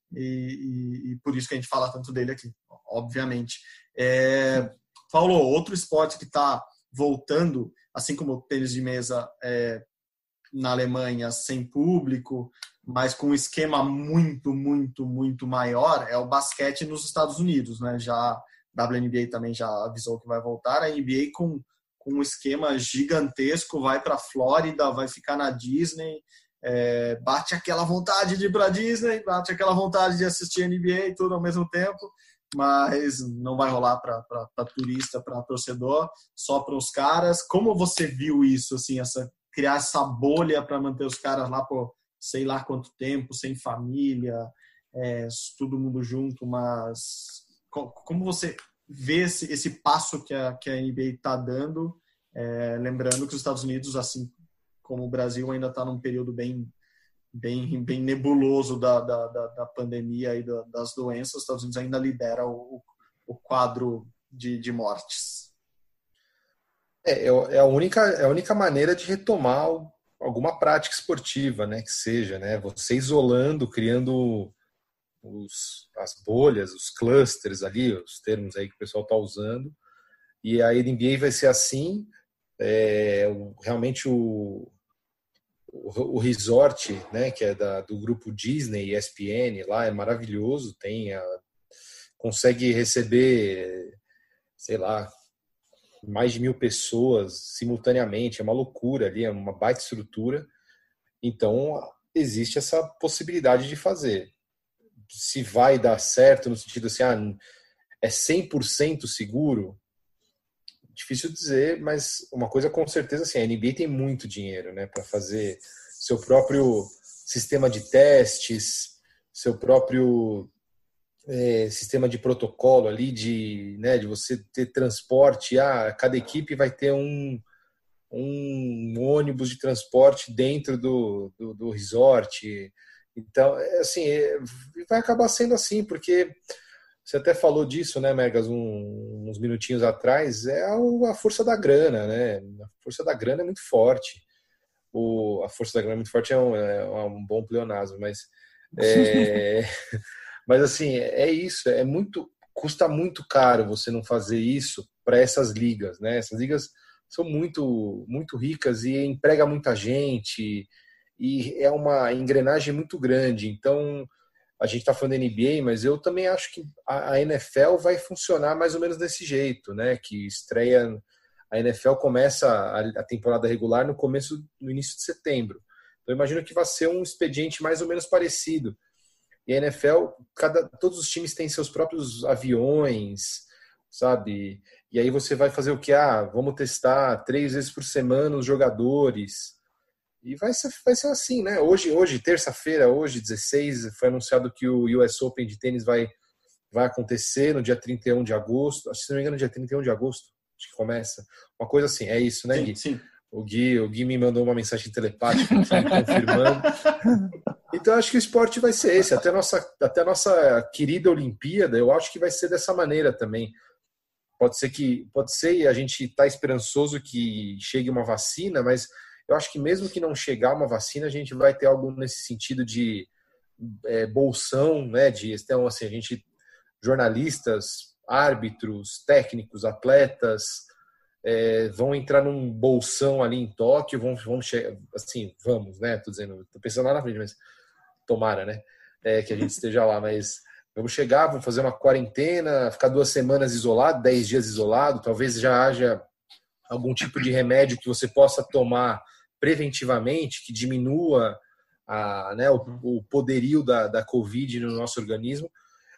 e por isso que a gente fala tanto dele aqui, obviamente. Paulo, outro esporte que está voltando, assim como o tênis de mesa na Alemanha sem público, mas com um esquema muito, muito, muito maior, é o basquete nos Estados Unidos, né? Já a WNBA também já avisou que vai voltar. A NBA com um esquema gigantesco, vai para a Flórida, vai ficar na Disney, bate aquela vontade de ir para a Disney, bate aquela vontade de assistir a NBA, tudo ao mesmo tempo, mas não vai rolar para turista, para torcedor, só para os caras. Como você viu isso, assim, criar essa bolha para manter os caras lá por sei lá quanto tempo, sem família, todo mundo junto, mas como você vê esse passo que a NBA está dando, lembrando que os Estados Unidos, assim como o Brasil, ainda está num período bem nebuloso da pandemia e das doenças. Os Estados Unidos ainda lidera o quadro de mortes. É a única maneira de retomar alguma prática esportiva, né, que seja, né, você isolando, criando as bolhas, os clusters ali, os termos aí que o pessoal está usando, e a NBA vai ser assim, realmente o resort, né, que é do grupo Disney e ESPN, lá é maravilhoso, consegue receber, sei lá, mais de 1.000 pessoas simultaneamente, é uma loucura ali, é uma baita estrutura. Então, existe essa possibilidade de fazer. Se vai dar certo, no sentido assim, é 100% seguro, difícil dizer, mas uma coisa com certeza, assim, a NBA tem muito dinheiro, né, para fazer seu próprio sistema de testes, seu próprio sistema de protocolo ali, de você ter transporte. Cada equipe vai ter um ônibus de transporte dentro do resort. Então, assim, vai acabar sendo assim, porque você até falou disso, né, Megas, uns minutinhos atrás, a força da grana, né? A força da grana é muito forte. A força da grana é muito forte é um bom pleonasmo, mas mas assim, é isso, custa muito caro você não fazer isso para essas ligas, né? Essas ligas são muito, muito ricas e emprega muita gente e é uma engrenagem muito grande. Então, a gente está falando da NBA, mas eu também acho que a NFL vai funcionar mais ou menos desse jeito, né? Que a NFL começa a temporada regular no início de setembro. Então, eu imagino que vai ser um expediente mais ou menos parecido. E a NFL, todos os times têm seus próprios aviões, sabe? E aí você vai fazer o quê? Vamos testar 3 vezes por semana os jogadores. E vai ser assim, né? Hoje, terça-feira, hoje, 16, foi anunciado que o US Open de tênis vai acontecer no dia 31 de agosto. Se não me engano, dia 31 de agosto, acho que começa. Uma coisa assim, é isso, né, Gui? Sim. O Gui me mandou uma mensagem telepática confirmando. Então, acho que o esporte vai ser esse. Até a nossa querida Olimpíada, eu acho que vai ser dessa maneira também. Pode ser, e a gente está esperançoso que chegue uma vacina, mas eu acho que mesmo que não chegar uma vacina, a gente vai ter algo nesse sentido de bolsão, né? Então, assim, jornalistas, árbitros, técnicos, atletas vão entrar num bolsão ali em Tóquio, vão chegar, assim, vamos, né? Tô pensando lá na frente, mas tomara, né? Que a gente esteja lá, mas vamos chegar, vamos fazer uma quarentena, ficar 2 semanas isolado, 10 dias isolado, talvez já haja algum tipo de remédio que você possa tomar preventivamente, que diminua o poderio da Covid no nosso organismo.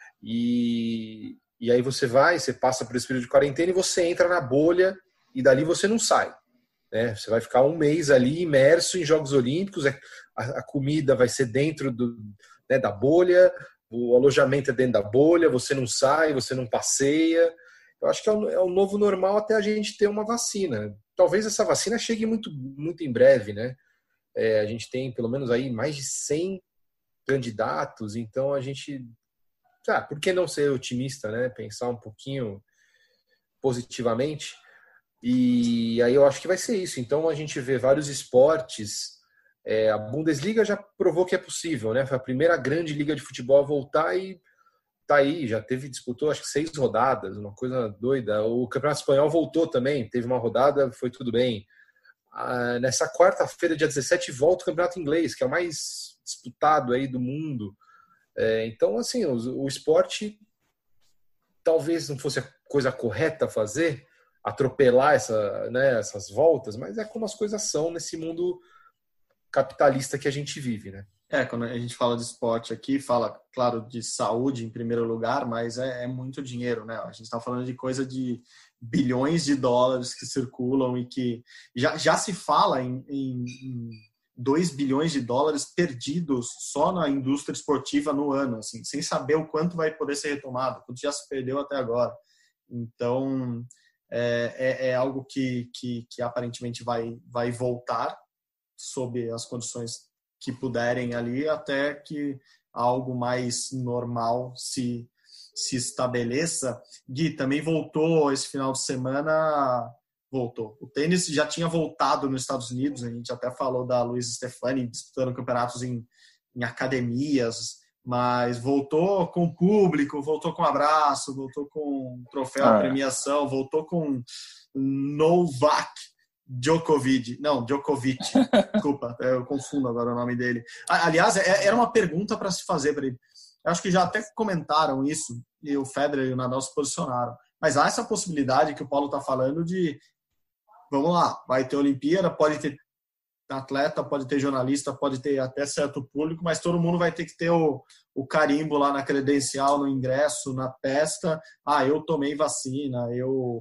E aí você passa por esse período de quarentena e você entra na bolha e dali você não sai, né? Você vai ficar 1 mês ali imerso em Jogos Olímpicos, a comida vai ser dentro da bolha, o alojamento é dentro da bolha, você não sai, você não passeia. Eu acho que é o novo normal até a gente ter uma vacina. Talvez essa vacina chegue muito, muito em breve, né? A gente tem pelo menos aí mais de 100 candidatos, então a gente... por que não ser otimista, né? Pensar um pouquinho positivamente. E aí eu acho que vai ser isso. Então a gente vê vários esportes. A Bundesliga já provou que é possível, né? Foi a primeira grande liga de futebol a voltar e tá aí, disputou acho que 6 rodadas, uma coisa doida. O Campeonato Espanhol voltou também, teve uma rodada, foi tudo bem. Nessa quarta-feira, dia 17, volta o Campeonato Inglês, que é o mais disputado aí do mundo. Então, assim, o esporte talvez não fosse a coisa correta a fazer, atropelar essas voltas, mas é como as coisas são nesse mundo capitalista que a gente vive, né? Quando a gente fala de esporte aqui, fala, claro, de saúde em primeiro lugar, mas é muito dinheiro, né? A gente está falando de coisa de bilhões de dólares que circulam e que já se fala em 2 bilhões de dólares perdidos só na indústria esportiva no ano, assim, sem saber o quanto vai poder ser retomado, quanto já se perdeu até agora. Então, é algo que aparentemente vai voltar sob as condições que puderem ali, até que algo mais normal se estabeleça. Gui, também voltou esse final de semana, voltou. O tênis já tinha voltado nos Estados Unidos, a gente até falou da Luiz Stefani disputando campeonatos em academias, mas voltou com público, voltou com abraço, voltou com troféu, premiação, voltou com Novak Djokovic, desculpa, eu confundo agora o nome dele. Aliás, era uma pergunta para se fazer para ele. Eu acho que já até comentaram isso, e o Federer e o Nadal se posicionaram. Mas há essa possibilidade que o Paulo está falando de, vamos lá, vai ter Olimpíada, pode ter atleta, pode ter jornalista, pode ter até certo público, mas todo mundo vai ter que ter o carimbo lá na credencial, no ingresso, na testa. Eu tomei vacina, eu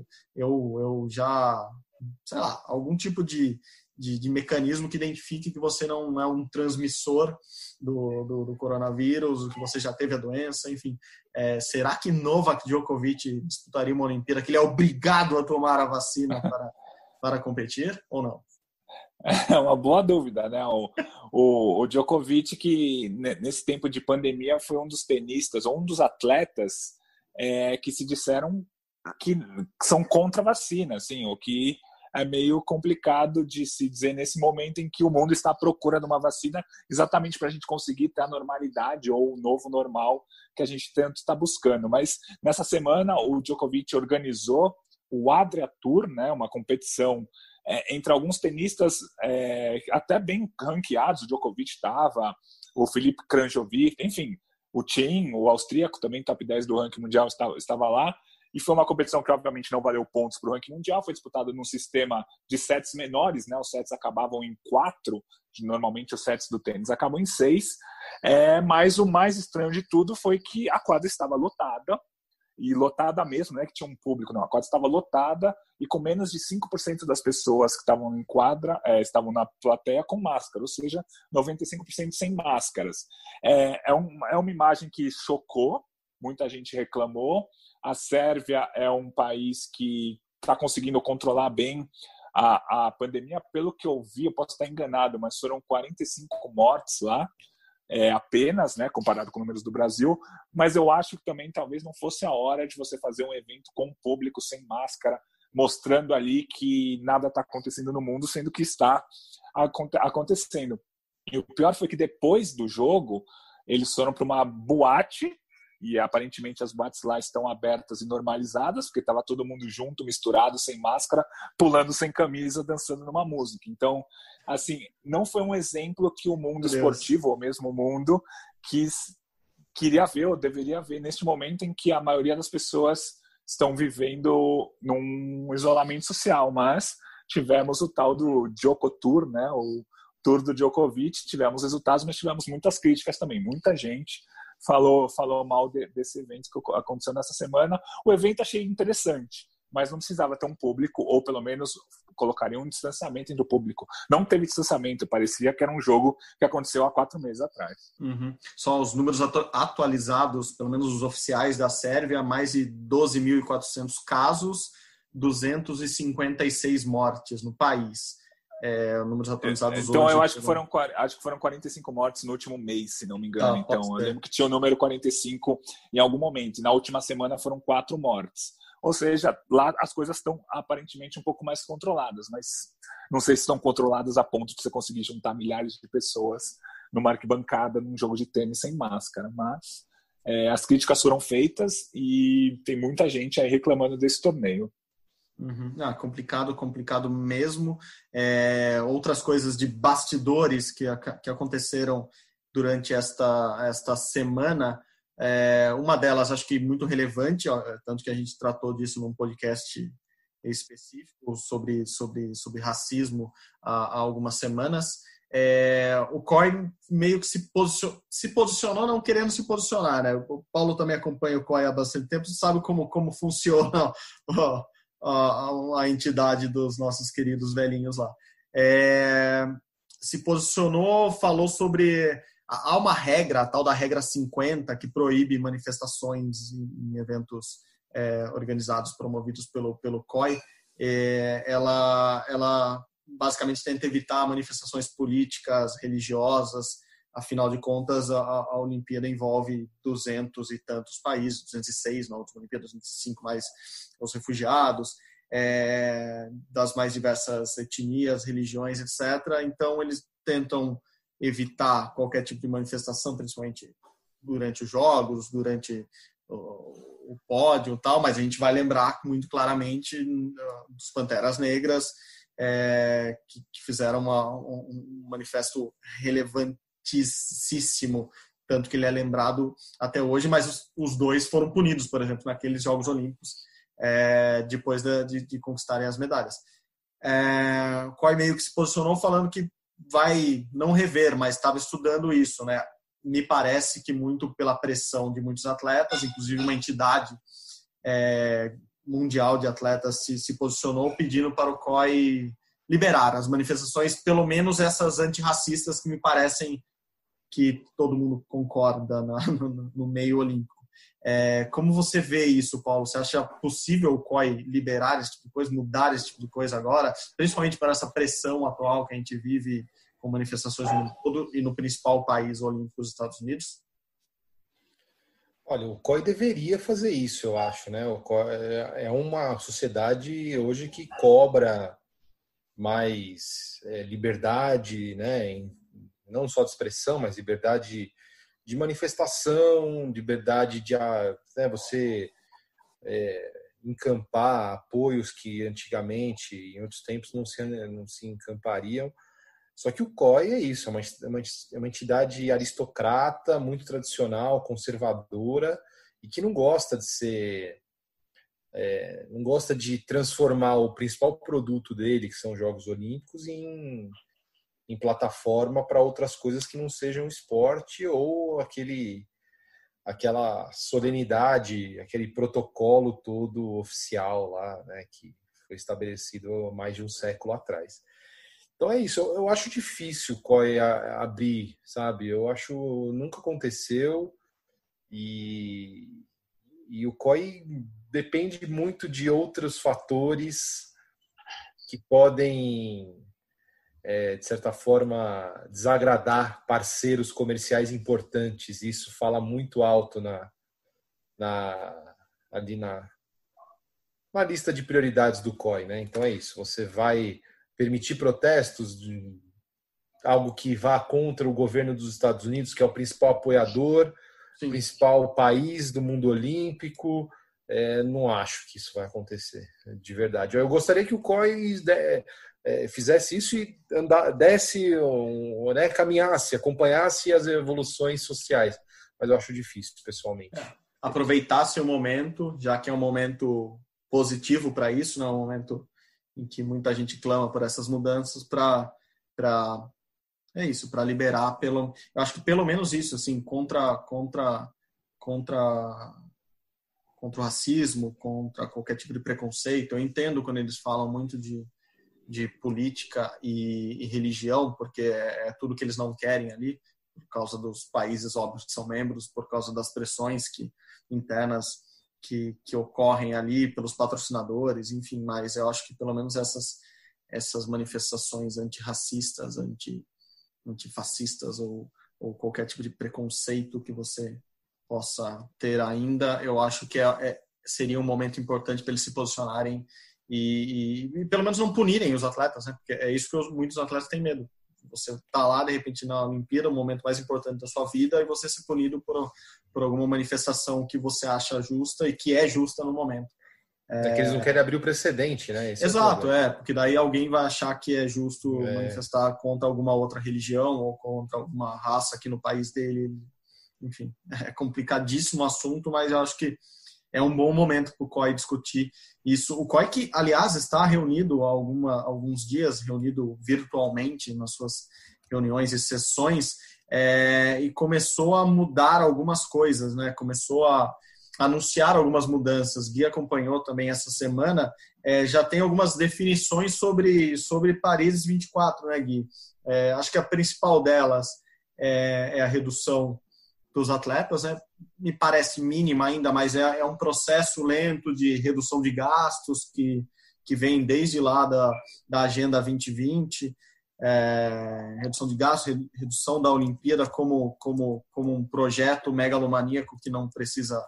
já... sei lá, algum tipo de mecanismo que identifique que você não é um transmissor do coronavírus, que você já teve a doença, enfim. Será que Novak Djokovic disputaria uma Olimpíada, que ele é obrigado a tomar a vacina para competir, ou não? É uma boa dúvida, né? O Djokovic, que nesse tempo de pandemia foi um dos tenistas, ou um dos atletas que se disseram que são contra a vacina, assim, o que é meio complicado de se dizer nesse momento em que o mundo está à procura de uma vacina exatamente para a gente conseguir ter a normalidade ou o novo normal que a gente tanto está buscando. Mas nessa semana o Djokovic organizou o Adria Tour, né, uma competição entre alguns tenistas até bem ranqueados. O Djokovic estava, o Filip Krajinovic, enfim, o Thiem, o austríaco, também top 10 do ranking mundial, estava lá. E foi uma competição que, obviamente, não valeu pontos para o ranking mundial. Foi disputada num sistema de sets menores, né? Os sets acabavam em 4, Normalmente os sets do tênis acabam em 6. Mas o mais estranho de tudo foi que a quadra estava lotada, e lotada mesmo, que tinha um público, não, a quadra estava lotada e com menos de 5% das pessoas que estavam em quadra estavam na plateia com máscara, ou seja, 95% sem máscaras. É uma imagem que chocou, muita gente reclamou. A Sérvia é um país que está conseguindo controlar bem a pandemia. Pelo que eu vi, eu posso estar enganado, mas foram 45 mortes lá, apenas, comparado com números do Brasil, mas eu acho que também talvez não fosse a hora de você fazer um evento com o público sem máscara, mostrando ali que nada está acontecendo no mundo, sendo que está acontecendo. E o pior foi que depois do jogo, eles foram para uma boate, e aparentemente as boates lá estão abertas e normalizadas, porque estava todo mundo junto, misturado, sem máscara, pulando sem camisa, dançando numa música. Então, assim, não foi um exemplo que o mundo esportivo, ou mesmo o mundo, queria ver, ou deveria ver, neste momento em que a maioria das pessoas estão vivendo num isolamento social. Mas tivemos o tal do Djoko Tour, o Tour do Djokovic, tivemos resultados, mas tivemos muitas críticas também. Muita gente falou mal desse evento que aconteceu nessa semana. O evento achei interessante, mas não precisava ter um público, ou pelo menos colocaria um distanciamento entre o público. Não teve distanciamento, parecia que era um jogo que aconteceu há 4 meses atrás. Uhum. Só os números atualizados, pelo menos os oficiais da Sérvia, mais de 12.400 casos, 256 mortes no país. Números atualizados então, hoje. Eu acho que foram 45 mortes no último mês, se não me engano. Então, eu lembro que tinha o número 45 em algum momento. E na última semana foram 4 mortes. Ou seja, lá as coisas estão aparentemente um pouco mais controladas, mas não sei se estão controladas a ponto de você conseguir juntar milhares de pessoas numa arquibancada, num jogo de tênis sem máscara. Mas as críticas foram feitas e tem muita gente aí reclamando desse torneio. Uhum. Complicado mesmo. Outras coisas de bastidores que aconteceram durante esta semana, uma delas acho que muito relevante, tanto que a gente tratou disso num podcast específico sobre racismo há algumas semanas. O COI meio que se posicionou não querendo se posicionar, O Paulo também acompanha o COI há bastante tempo, sabe como funciona a entidade dos nossos queridos velhinhos lá. Se posicionou, falou sobre... Há uma regra, a tal da regra 50, que proíbe manifestações em eventos organizados, promovidos pelo COI. Ela basicamente tenta evitar manifestações políticas, religiosas. Afinal de contas, a Olimpíada envolve 200 e tantos países, 206 na última Olimpíada, 205 mais os refugiados, das mais diversas etnias, religiões, etc. Então, eles tentam evitar qualquer tipo de manifestação, principalmente durante os jogos, durante o pódio e tal, mas a gente vai lembrar muito claramente dos Panteras Negras, que fizeram um manifesto relevantíssimo, tanto que ele é lembrado até hoje, mas os dois foram punidos, por exemplo, naqueles Jogos Olímpicos, depois de conquistarem as medalhas. O COI meio que se posicionou falando que vai não rever, mas estava estudando isso, Me parece que muito pela pressão de muitos atletas, inclusive uma entidade mundial de atletas se posicionou pedindo para o COI liberar as manifestações, pelo menos essas antirracistas que me parecem que todo mundo concorda no meio olímpico. Como você vê isso, Paulo? Você acha possível o COI liberar esse tipo de coisa, mudar esse tipo de coisa agora, principalmente para essa pressão atual que a gente vive com manifestações no mundo todo e no principal país olímpico, os Estados Unidos? Olha, o COI deveria fazer isso, eu acho, O COI é uma sociedade hoje que cobra mais liberdade, não só de expressão, mas liberdade de manifestação, liberdade de você encampar apoios que antigamente, em outros tempos, não se encampariam. Só que o COI é isso, é uma entidade aristocrata, muito tradicional, conservadora, e que não gosta não gosta de transformar o principal produto dele, que são os Jogos Olímpicos, em em plataforma para outras coisas que não sejam esporte ou aquela solenidade, aquele protocolo todo oficial lá, né, que foi estabelecido há mais de um século atrás. Então é isso, eu acho difícil o COI abrir, sabe? Eu acho nunca aconteceu e o COI depende muito de outros fatores que podem, de certa forma, desagradar parceiros comerciais importantes. Isso fala muito alto ali na lista de prioridades do COI, né? Então é isso, você vai permitir protestos, algo que vá contra o governo dos Estados Unidos, que é o principal apoiador, Sim. principal país do mundo olímpico. Não acho que isso vai acontecer, de verdade. Eu gostaria que o COI fizesse isso e caminhasse, acompanhasse as evoluções sociais, mas eu acho difícil, pessoalmente. Aproveitasse o momento, já que é um momento positivo para isso, não é um momento em que muita gente clama por essas mudanças, para liberar, eu acho que pelo menos isso, assim, contra o racismo, contra qualquer tipo de preconceito. Eu entendo quando eles falam muito de política e religião, porque é tudo que eles não querem ali, por causa dos países óbvios que são membros, por causa das pressões internas que ocorrem ali pelos patrocinadores, enfim, mas eu acho que pelo menos essas manifestações antirracistas, antifascistas ou qualquer tipo de preconceito que você possa ter ainda, eu acho que seria um momento importante para eles se posicionarem e pelo menos não punirem os atletas, né? Porque é isso que muitos atletas têm medo. Você está lá, de repente, na Olimpíada, o momento mais importante da sua vida, e você ser punido por alguma manifestação que você acha justa e que é justa no momento. É que eles não querem abrir o precedente, né? Esse Exato, porque daí alguém vai achar que é justo manifestar contra alguma outra religião ou contra alguma raça aqui no país dele. Enfim, é complicadíssimo o assunto, mas eu acho que é um bom momento para o COI discutir isso. O COI que, aliás, está reunido há alguns dias, reunido virtualmente nas suas reuniões e sessões, e começou a mudar algumas coisas, né? Começou a anunciar algumas mudanças. Gui acompanhou também essa semana, já tem algumas definições sobre Paris 24, né, Gui? Acho que a principal delas é a redução dos atletas, né? Me parece mínima ainda, mas é um processo lento de redução de gastos que vem desde lá da Agenda 2020, redução de gastos, redução da Olimpíada como um projeto megalomaníaco que não precisa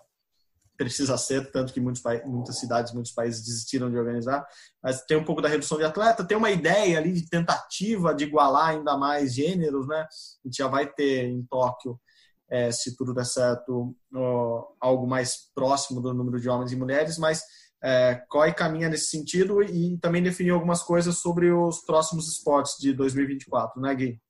ser, tanto que muitas cidades, muitos países desistiram de organizar, mas tem um pouco da redução de atleta, tem uma ideia ali de tentativa de igualar ainda mais gêneros, né? A gente já vai ter em Tóquio, se tudo der certo, algo mais próximo do número de homens e mulheres, mas COI caminha nesse sentido e também definiu algumas coisas sobre os próximos esportes de 2024, né, Gui?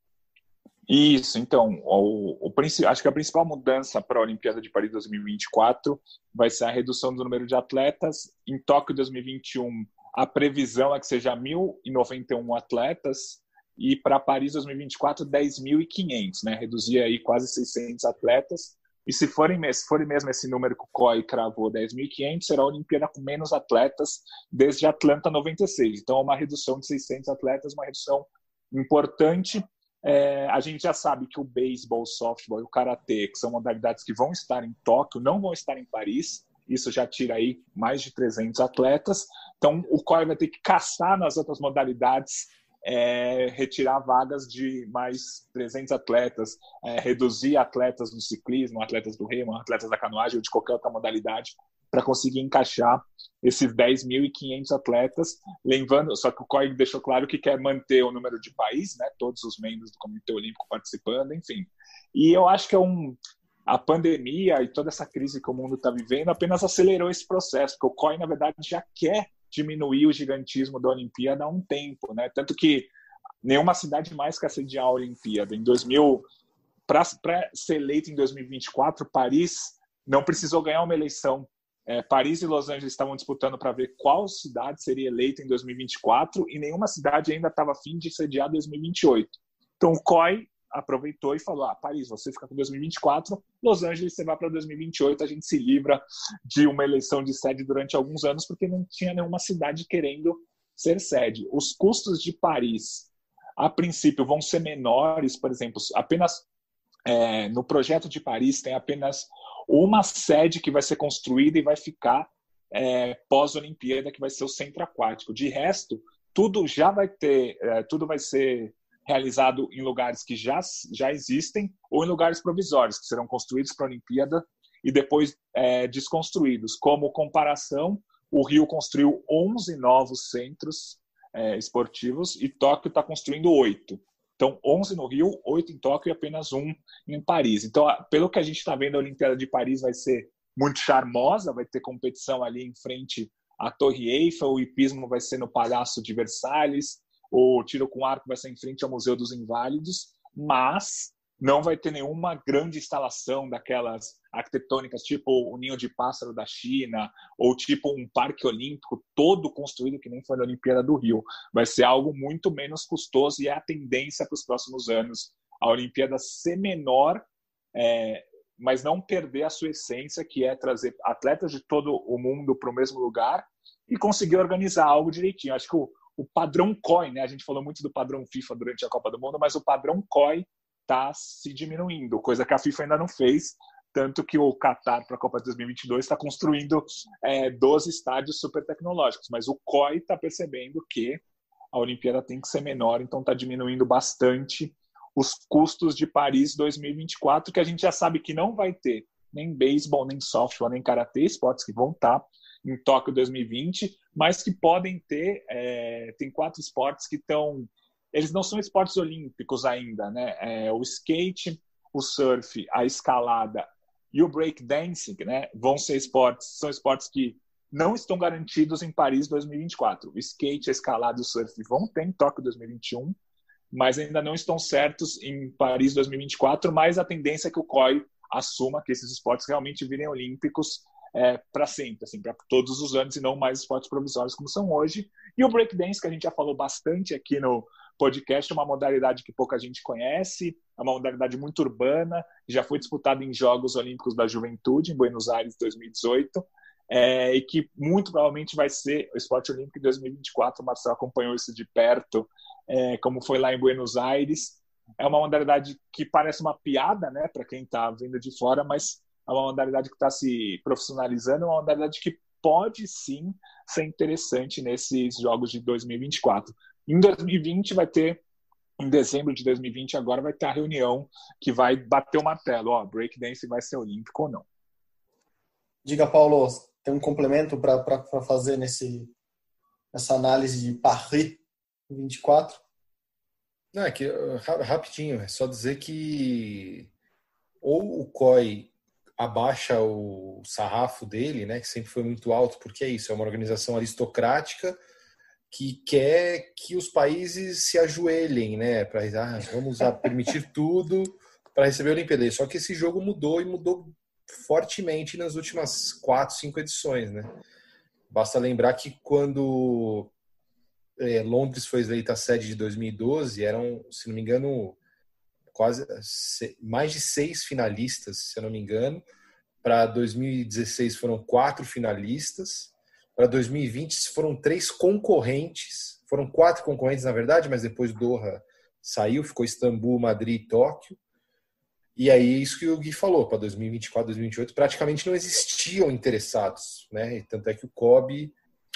Isso, então, acho que a principal mudança para a Olimpíada de Paris 2024 vai ser a redução do número de atletas. Em Tóquio 2021, a previsão é que seja 1.091 atletas, e para Paris 2024, 10.500, né? Reduzir aí quase 600 atletas. E se for mesmo esse número que o COI cravou, 10.500, será a Olimpíada com menos atletas desde Atlanta 96. Então, é uma redução de 600 atletas, uma redução importante. A gente já sabe que o beisebol, o softball e o karatê, que são modalidades que vão estar em Tóquio, não vão estar em Paris. Isso já tira aí mais de 300 atletas. Então, o COI vai ter que caçar nas outras modalidades, retirar vagas de mais 300 atletas, reduzir atletas no ciclismo, atletas do remo, atletas da canoagem ou de qualquer outra modalidade, para conseguir encaixar esses 10.500 atletas. Lembrando, só que o COI deixou claro que quer manter o número de países, né, todos os membros do Comitê Olímpico participando, enfim. E eu acho que a pandemia e toda essa crise que o mundo está vivendo apenas acelerou esse processo, porque o COI, na verdade, já quer diminuir o gigantismo da Olimpíada há um tempo, né? Tanto que nenhuma cidade mais quer sediar a Olimpíada. Para ser eleito em 2024, Paris não precisou ganhar uma eleição Paris e Los Angeles estavam disputando para ver qual cidade seria eleita em 2024 e nenhuma cidade ainda estava a fim de sediar 2028. Então o COI aproveitou e falou: Paris, você fica com 2024, Los Angeles você vai para 2028, a gente se livra de uma eleição de sede durante alguns anos, porque não tinha nenhuma cidade querendo ser sede. Os custos de Paris, a princípio, vão ser menores, por exemplo, apenas no projeto de Paris tem apenas uma sede que vai ser construída e vai ficar pós-Olimpíada, que vai ser o centro aquático. De resto, tudo já vai ter, tudo vai ser realizado em lugares que já existem ou em lugares provisórios, que serão construídos para a Olimpíada e depois desconstruídos. Como comparação, o Rio construiu 11 novos centros esportivos e Tóquio está construindo 8. Então, 11 no Rio, 8 em Tóquio e apenas 1 em Paris. Então, pelo que a gente está vendo, a Olimpíada de Paris vai ser muito charmosa, vai ter competição ali em frente à Torre Eiffel, o hipismo vai ser no Palácio de Versalhes, o tiro com arco vai ser em frente ao Museu dos Inválidos, mas não vai ter nenhuma grande instalação daquelas arquitetônicas, tipo o Ninho de Pássaro da China, ou tipo um parque olímpico todo construído que nem foi na Olimpíada do Rio. Vai ser algo muito menos custoso e é a tendência para os próximos anos. A Olimpíada ser menor, mas não perder a sua essência, que é trazer atletas de todo o mundo para o mesmo lugar e conseguir organizar algo direitinho. Acho que o padrão COI, né? A gente falou muito do padrão FIFA durante a Copa do Mundo, mas o padrão COI está se diminuindo, coisa que a FIFA ainda não fez, tanto que o Qatar para a Copa de 2022 está construindo 12 estádios super tecnológicos, mas o COI está percebendo que a Olimpíada tem que ser menor, então está diminuindo bastante os custos de Paris 2024, que a gente já sabe que não vai ter nem beisebol, nem softball, nem karatê, esportes que vão estar em Tóquio 2020, mas que podem ter, tem 4 esportes que estão, eles não são esportes olímpicos ainda, né? O skate, o surf, a escalada e o breakdancing, né? São esportes que não estão garantidos em Paris 2024. O skate, a escalada e o surf vão ter em Tóquio 2021, mas ainda não estão certos em Paris 2024, mas a tendência é que o COI assuma que esses esportes realmente virem olímpicos para sempre, assim, para todos os anos, e não mais esportes provisórios como são hoje. E o breakdance, que a gente já falou bastante aqui no podcast, é uma modalidade que pouca gente conhece, é uma modalidade muito urbana, já foi disputada em Jogos Olímpicos da Juventude, em Buenos Aires, 2018, e que muito provavelmente vai ser o esporte olímpico em 2024. O Marcelo acompanhou isso de perto, como foi lá em Buenos Aires. É uma modalidade que parece uma piada, né, para quem está vindo de fora, mas é uma modalidade que está se profissionalizando, é uma modalidade que pode sim ser interessante nesses Jogos de 2024. Em 2020 vai ter, em dezembro de 2020 agora, vai ter a reunião que vai bater o martelo, breakdance vai ser olímpico ou não. Diga, Paulo, tem um complemento para fazer nessa análise de Paris 24? Não, é que rapidinho, é só dizer que ou o COI abaixa o sarrafo dele, né, que sempre foi muito alto, porque é isso, é uma organização aristocrática que quer que os países se ajoelhem, né, para vamos permitir tudo para receber a Olimpíada. Só que esse jogo mudou e mudou fortemente nas últimas 4, 5 edições, né? Basta lembrar que quando Londres foi eleita a sede de 2012, eram, se não me engano, quase mais de 6 finalistas, se eu não me engano. Para 2016 foram 4 finalistas. Para 2020 foram 3 concorrentes. Foram 4 concorrentes, na verdade, mas depois Doha saiu, ficou Istambul, Madrid e Tóquio. E aí, isso que o Gui falou, para 2024, 2028, praticamente não existiam interessados, né? E tanto é que o COI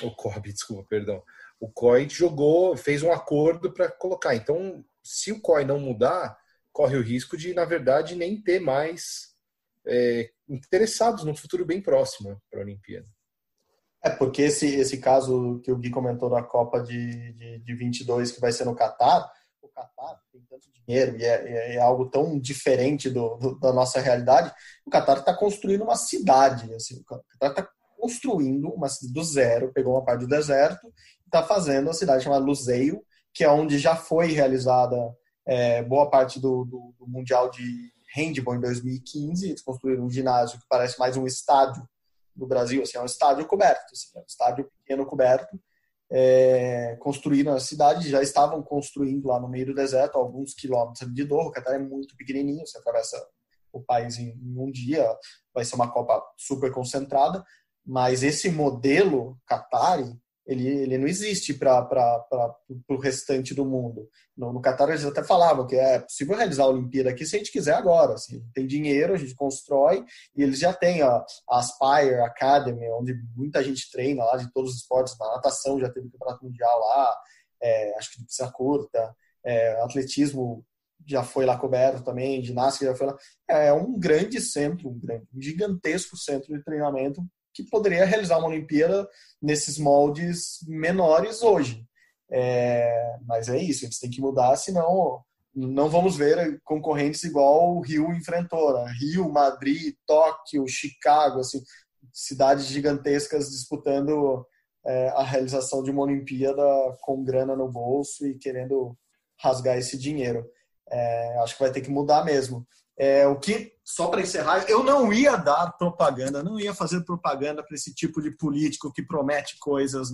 fez um acordo para colocar. Então, se o COI não mudar, corre o risco de, na verdade, nem ter mais interessados no futuro bem próximo para a Olimpíada. Porque esse caso que o Gui comentou da Copa de 22, que vai ser no Qatar, o Qatar tem tanto dinheiro e é algo tão diferente da nossa realidade. O Qatar está construindo uma cidade, assim, o Qatar está construindo uma cidade do zero, pegou uma parte do deserto e está fazendo uma cidade chamada Lusail, que é onde já foi realizada boa parte do Mundial de Handball em 2015. Eles construíram um ginásio que parece mais um estádio no Brasil, assim, é um estádio coberto, assim, é um estádio pequeno coberto, construíram na cidade, já estavam construindo lá no meio do deserto, alguns quilômetros de Doha. O Catar é muito pequenininho, você atravessa o país em um dia, vai ser uma Copa super concentrada, mas esse modelo Qatari, ele não existe para o restante do mundo. No Qatar eles até falavam que é possível realizar a Olimpíada aqui se a gente quiser agora. Assim, tem dinheiro, a gente constrói, e eles já têm a Aspire Academy, onde muita gente treina lá de todos os esportes. A natação já teve campeonato mundial lá, acho que de piscina curta, atletismo já foi lá coberto também, ginástica já foi lá. É um grande centro, um gigantesco centro de treinamento que poderia realizar uma Olimpíada nesses moldes menores hoje. Mas é isso, a gente tem que mudar, senão não vamos ver concorrentes igual o Rio enfrentou, né? Rio, Madrid, Tóquio, Chicago, assim, cidades gigantescas disputando a realização de uma Olimpíada com grana no bolso e querendo rasgar esse dinheiro. Acho que vai ter que mudar mesmo. O que, só para encerrar, eu não ia dar propaganda, não ia fazer propaganda para esse tipo de político que promete coisas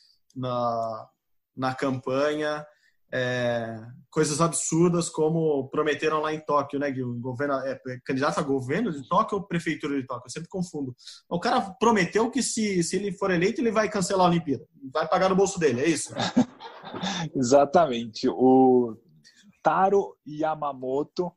na campanha, coisas absurdas como prometeram lá em Tóquio, né, Gui? O governo, candidato a governo de Tóquio ou prefeitura de Tóquio? Eu sempre confundo. O cara prometeu que se ele for eleito, ele vai cancelar a Olimpíada, vai pagar no bolso dele, é isso? Exatamente. O Taro Yamamoto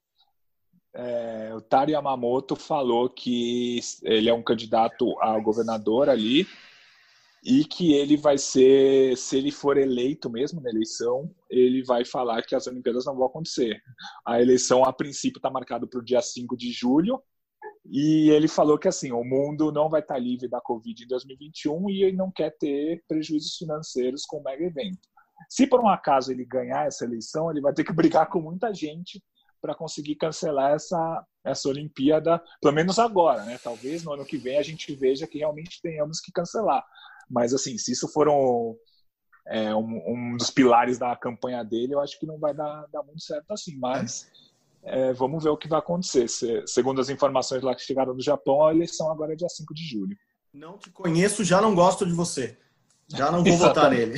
falou que ele é um candidato a governador ali e que ele vai ser, se ele for eleito mesmo na eleição, ele vai falar que as Olimpíadas não vão acontecer. A eleição, a princípio, está marcada para o dia 5 de julho e ele falou que assim, o mundo não vai estar livre da Covid em 2021 e ele não quer ter prejuízos financeiros com o mega evento. Se por um acaso ele ganhar essa eleição, ele vai ter que brigar com muita gente para conseguir cancelar essa Olimpíada, pelo menos agora, né? Talvez no ano que vem a gente veja que realmente tenhamos que cancelar. Mas, assim, se isso for um dos pilares da campanha dele, eu acho que não vai dar muito certo assim. Mas vamos ver o que vai acontecer. Segundo as informações lá que chegaram do Japão, a eleição agora é dia 5 de julho. Não te conheço, já não gosto de você. Já não vou votar nele.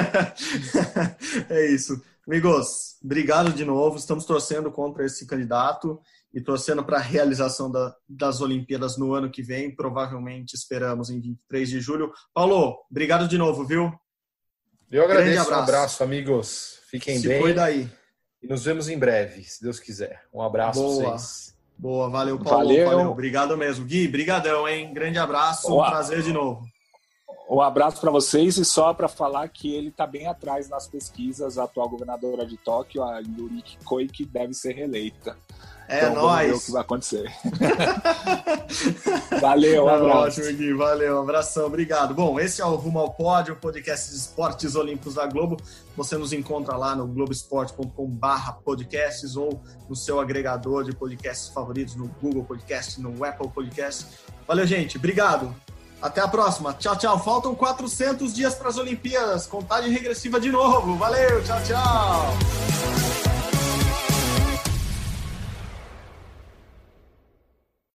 É isso. Amigos, obrigado de novo. Estamos torcendo contra esse candidato e torcendo para a realização das Olimpíadas no ano que vem. Provavelmente esperamos em 23 de julho. Paulo, obrigado de novo, viu? Eu agradeço. Um abraço, amigos. Fiquem bem. Se cuida aí. E nos vemos em breve, se Deus quiser. Um abraço para vocês. Boa, valeu, Paulo. Valeu. Obrigado mesmo. Gui, brigadão, hein? Grande abraço. Um prazer de novo. Um abraço para vocês e só para falar que ele está bem atrás nas pesquisas. A atual governadora de Tóquio, a Yuriko Koike, deve ser reeleita. Então, vamos ver o que vai acontecer. Valeu, um abraço. Ótimo, Gui, valeu, um abração, obrigado. Bom, esse é o Rumo ao Pódio, o podcast de esportes olímpicos da Globo. Você nos encontra lá no globesport.com/podcasts ou no seu agregador de podcasts favoritos, no Google Podcast, no Apple Podcast. Valeu, gente, obrigado. Até a próxima. Tchau, tchau. Faltam 400 dias para as Olimpíadas. Contagem regressiva de novo. Valeu, tchau, tchau.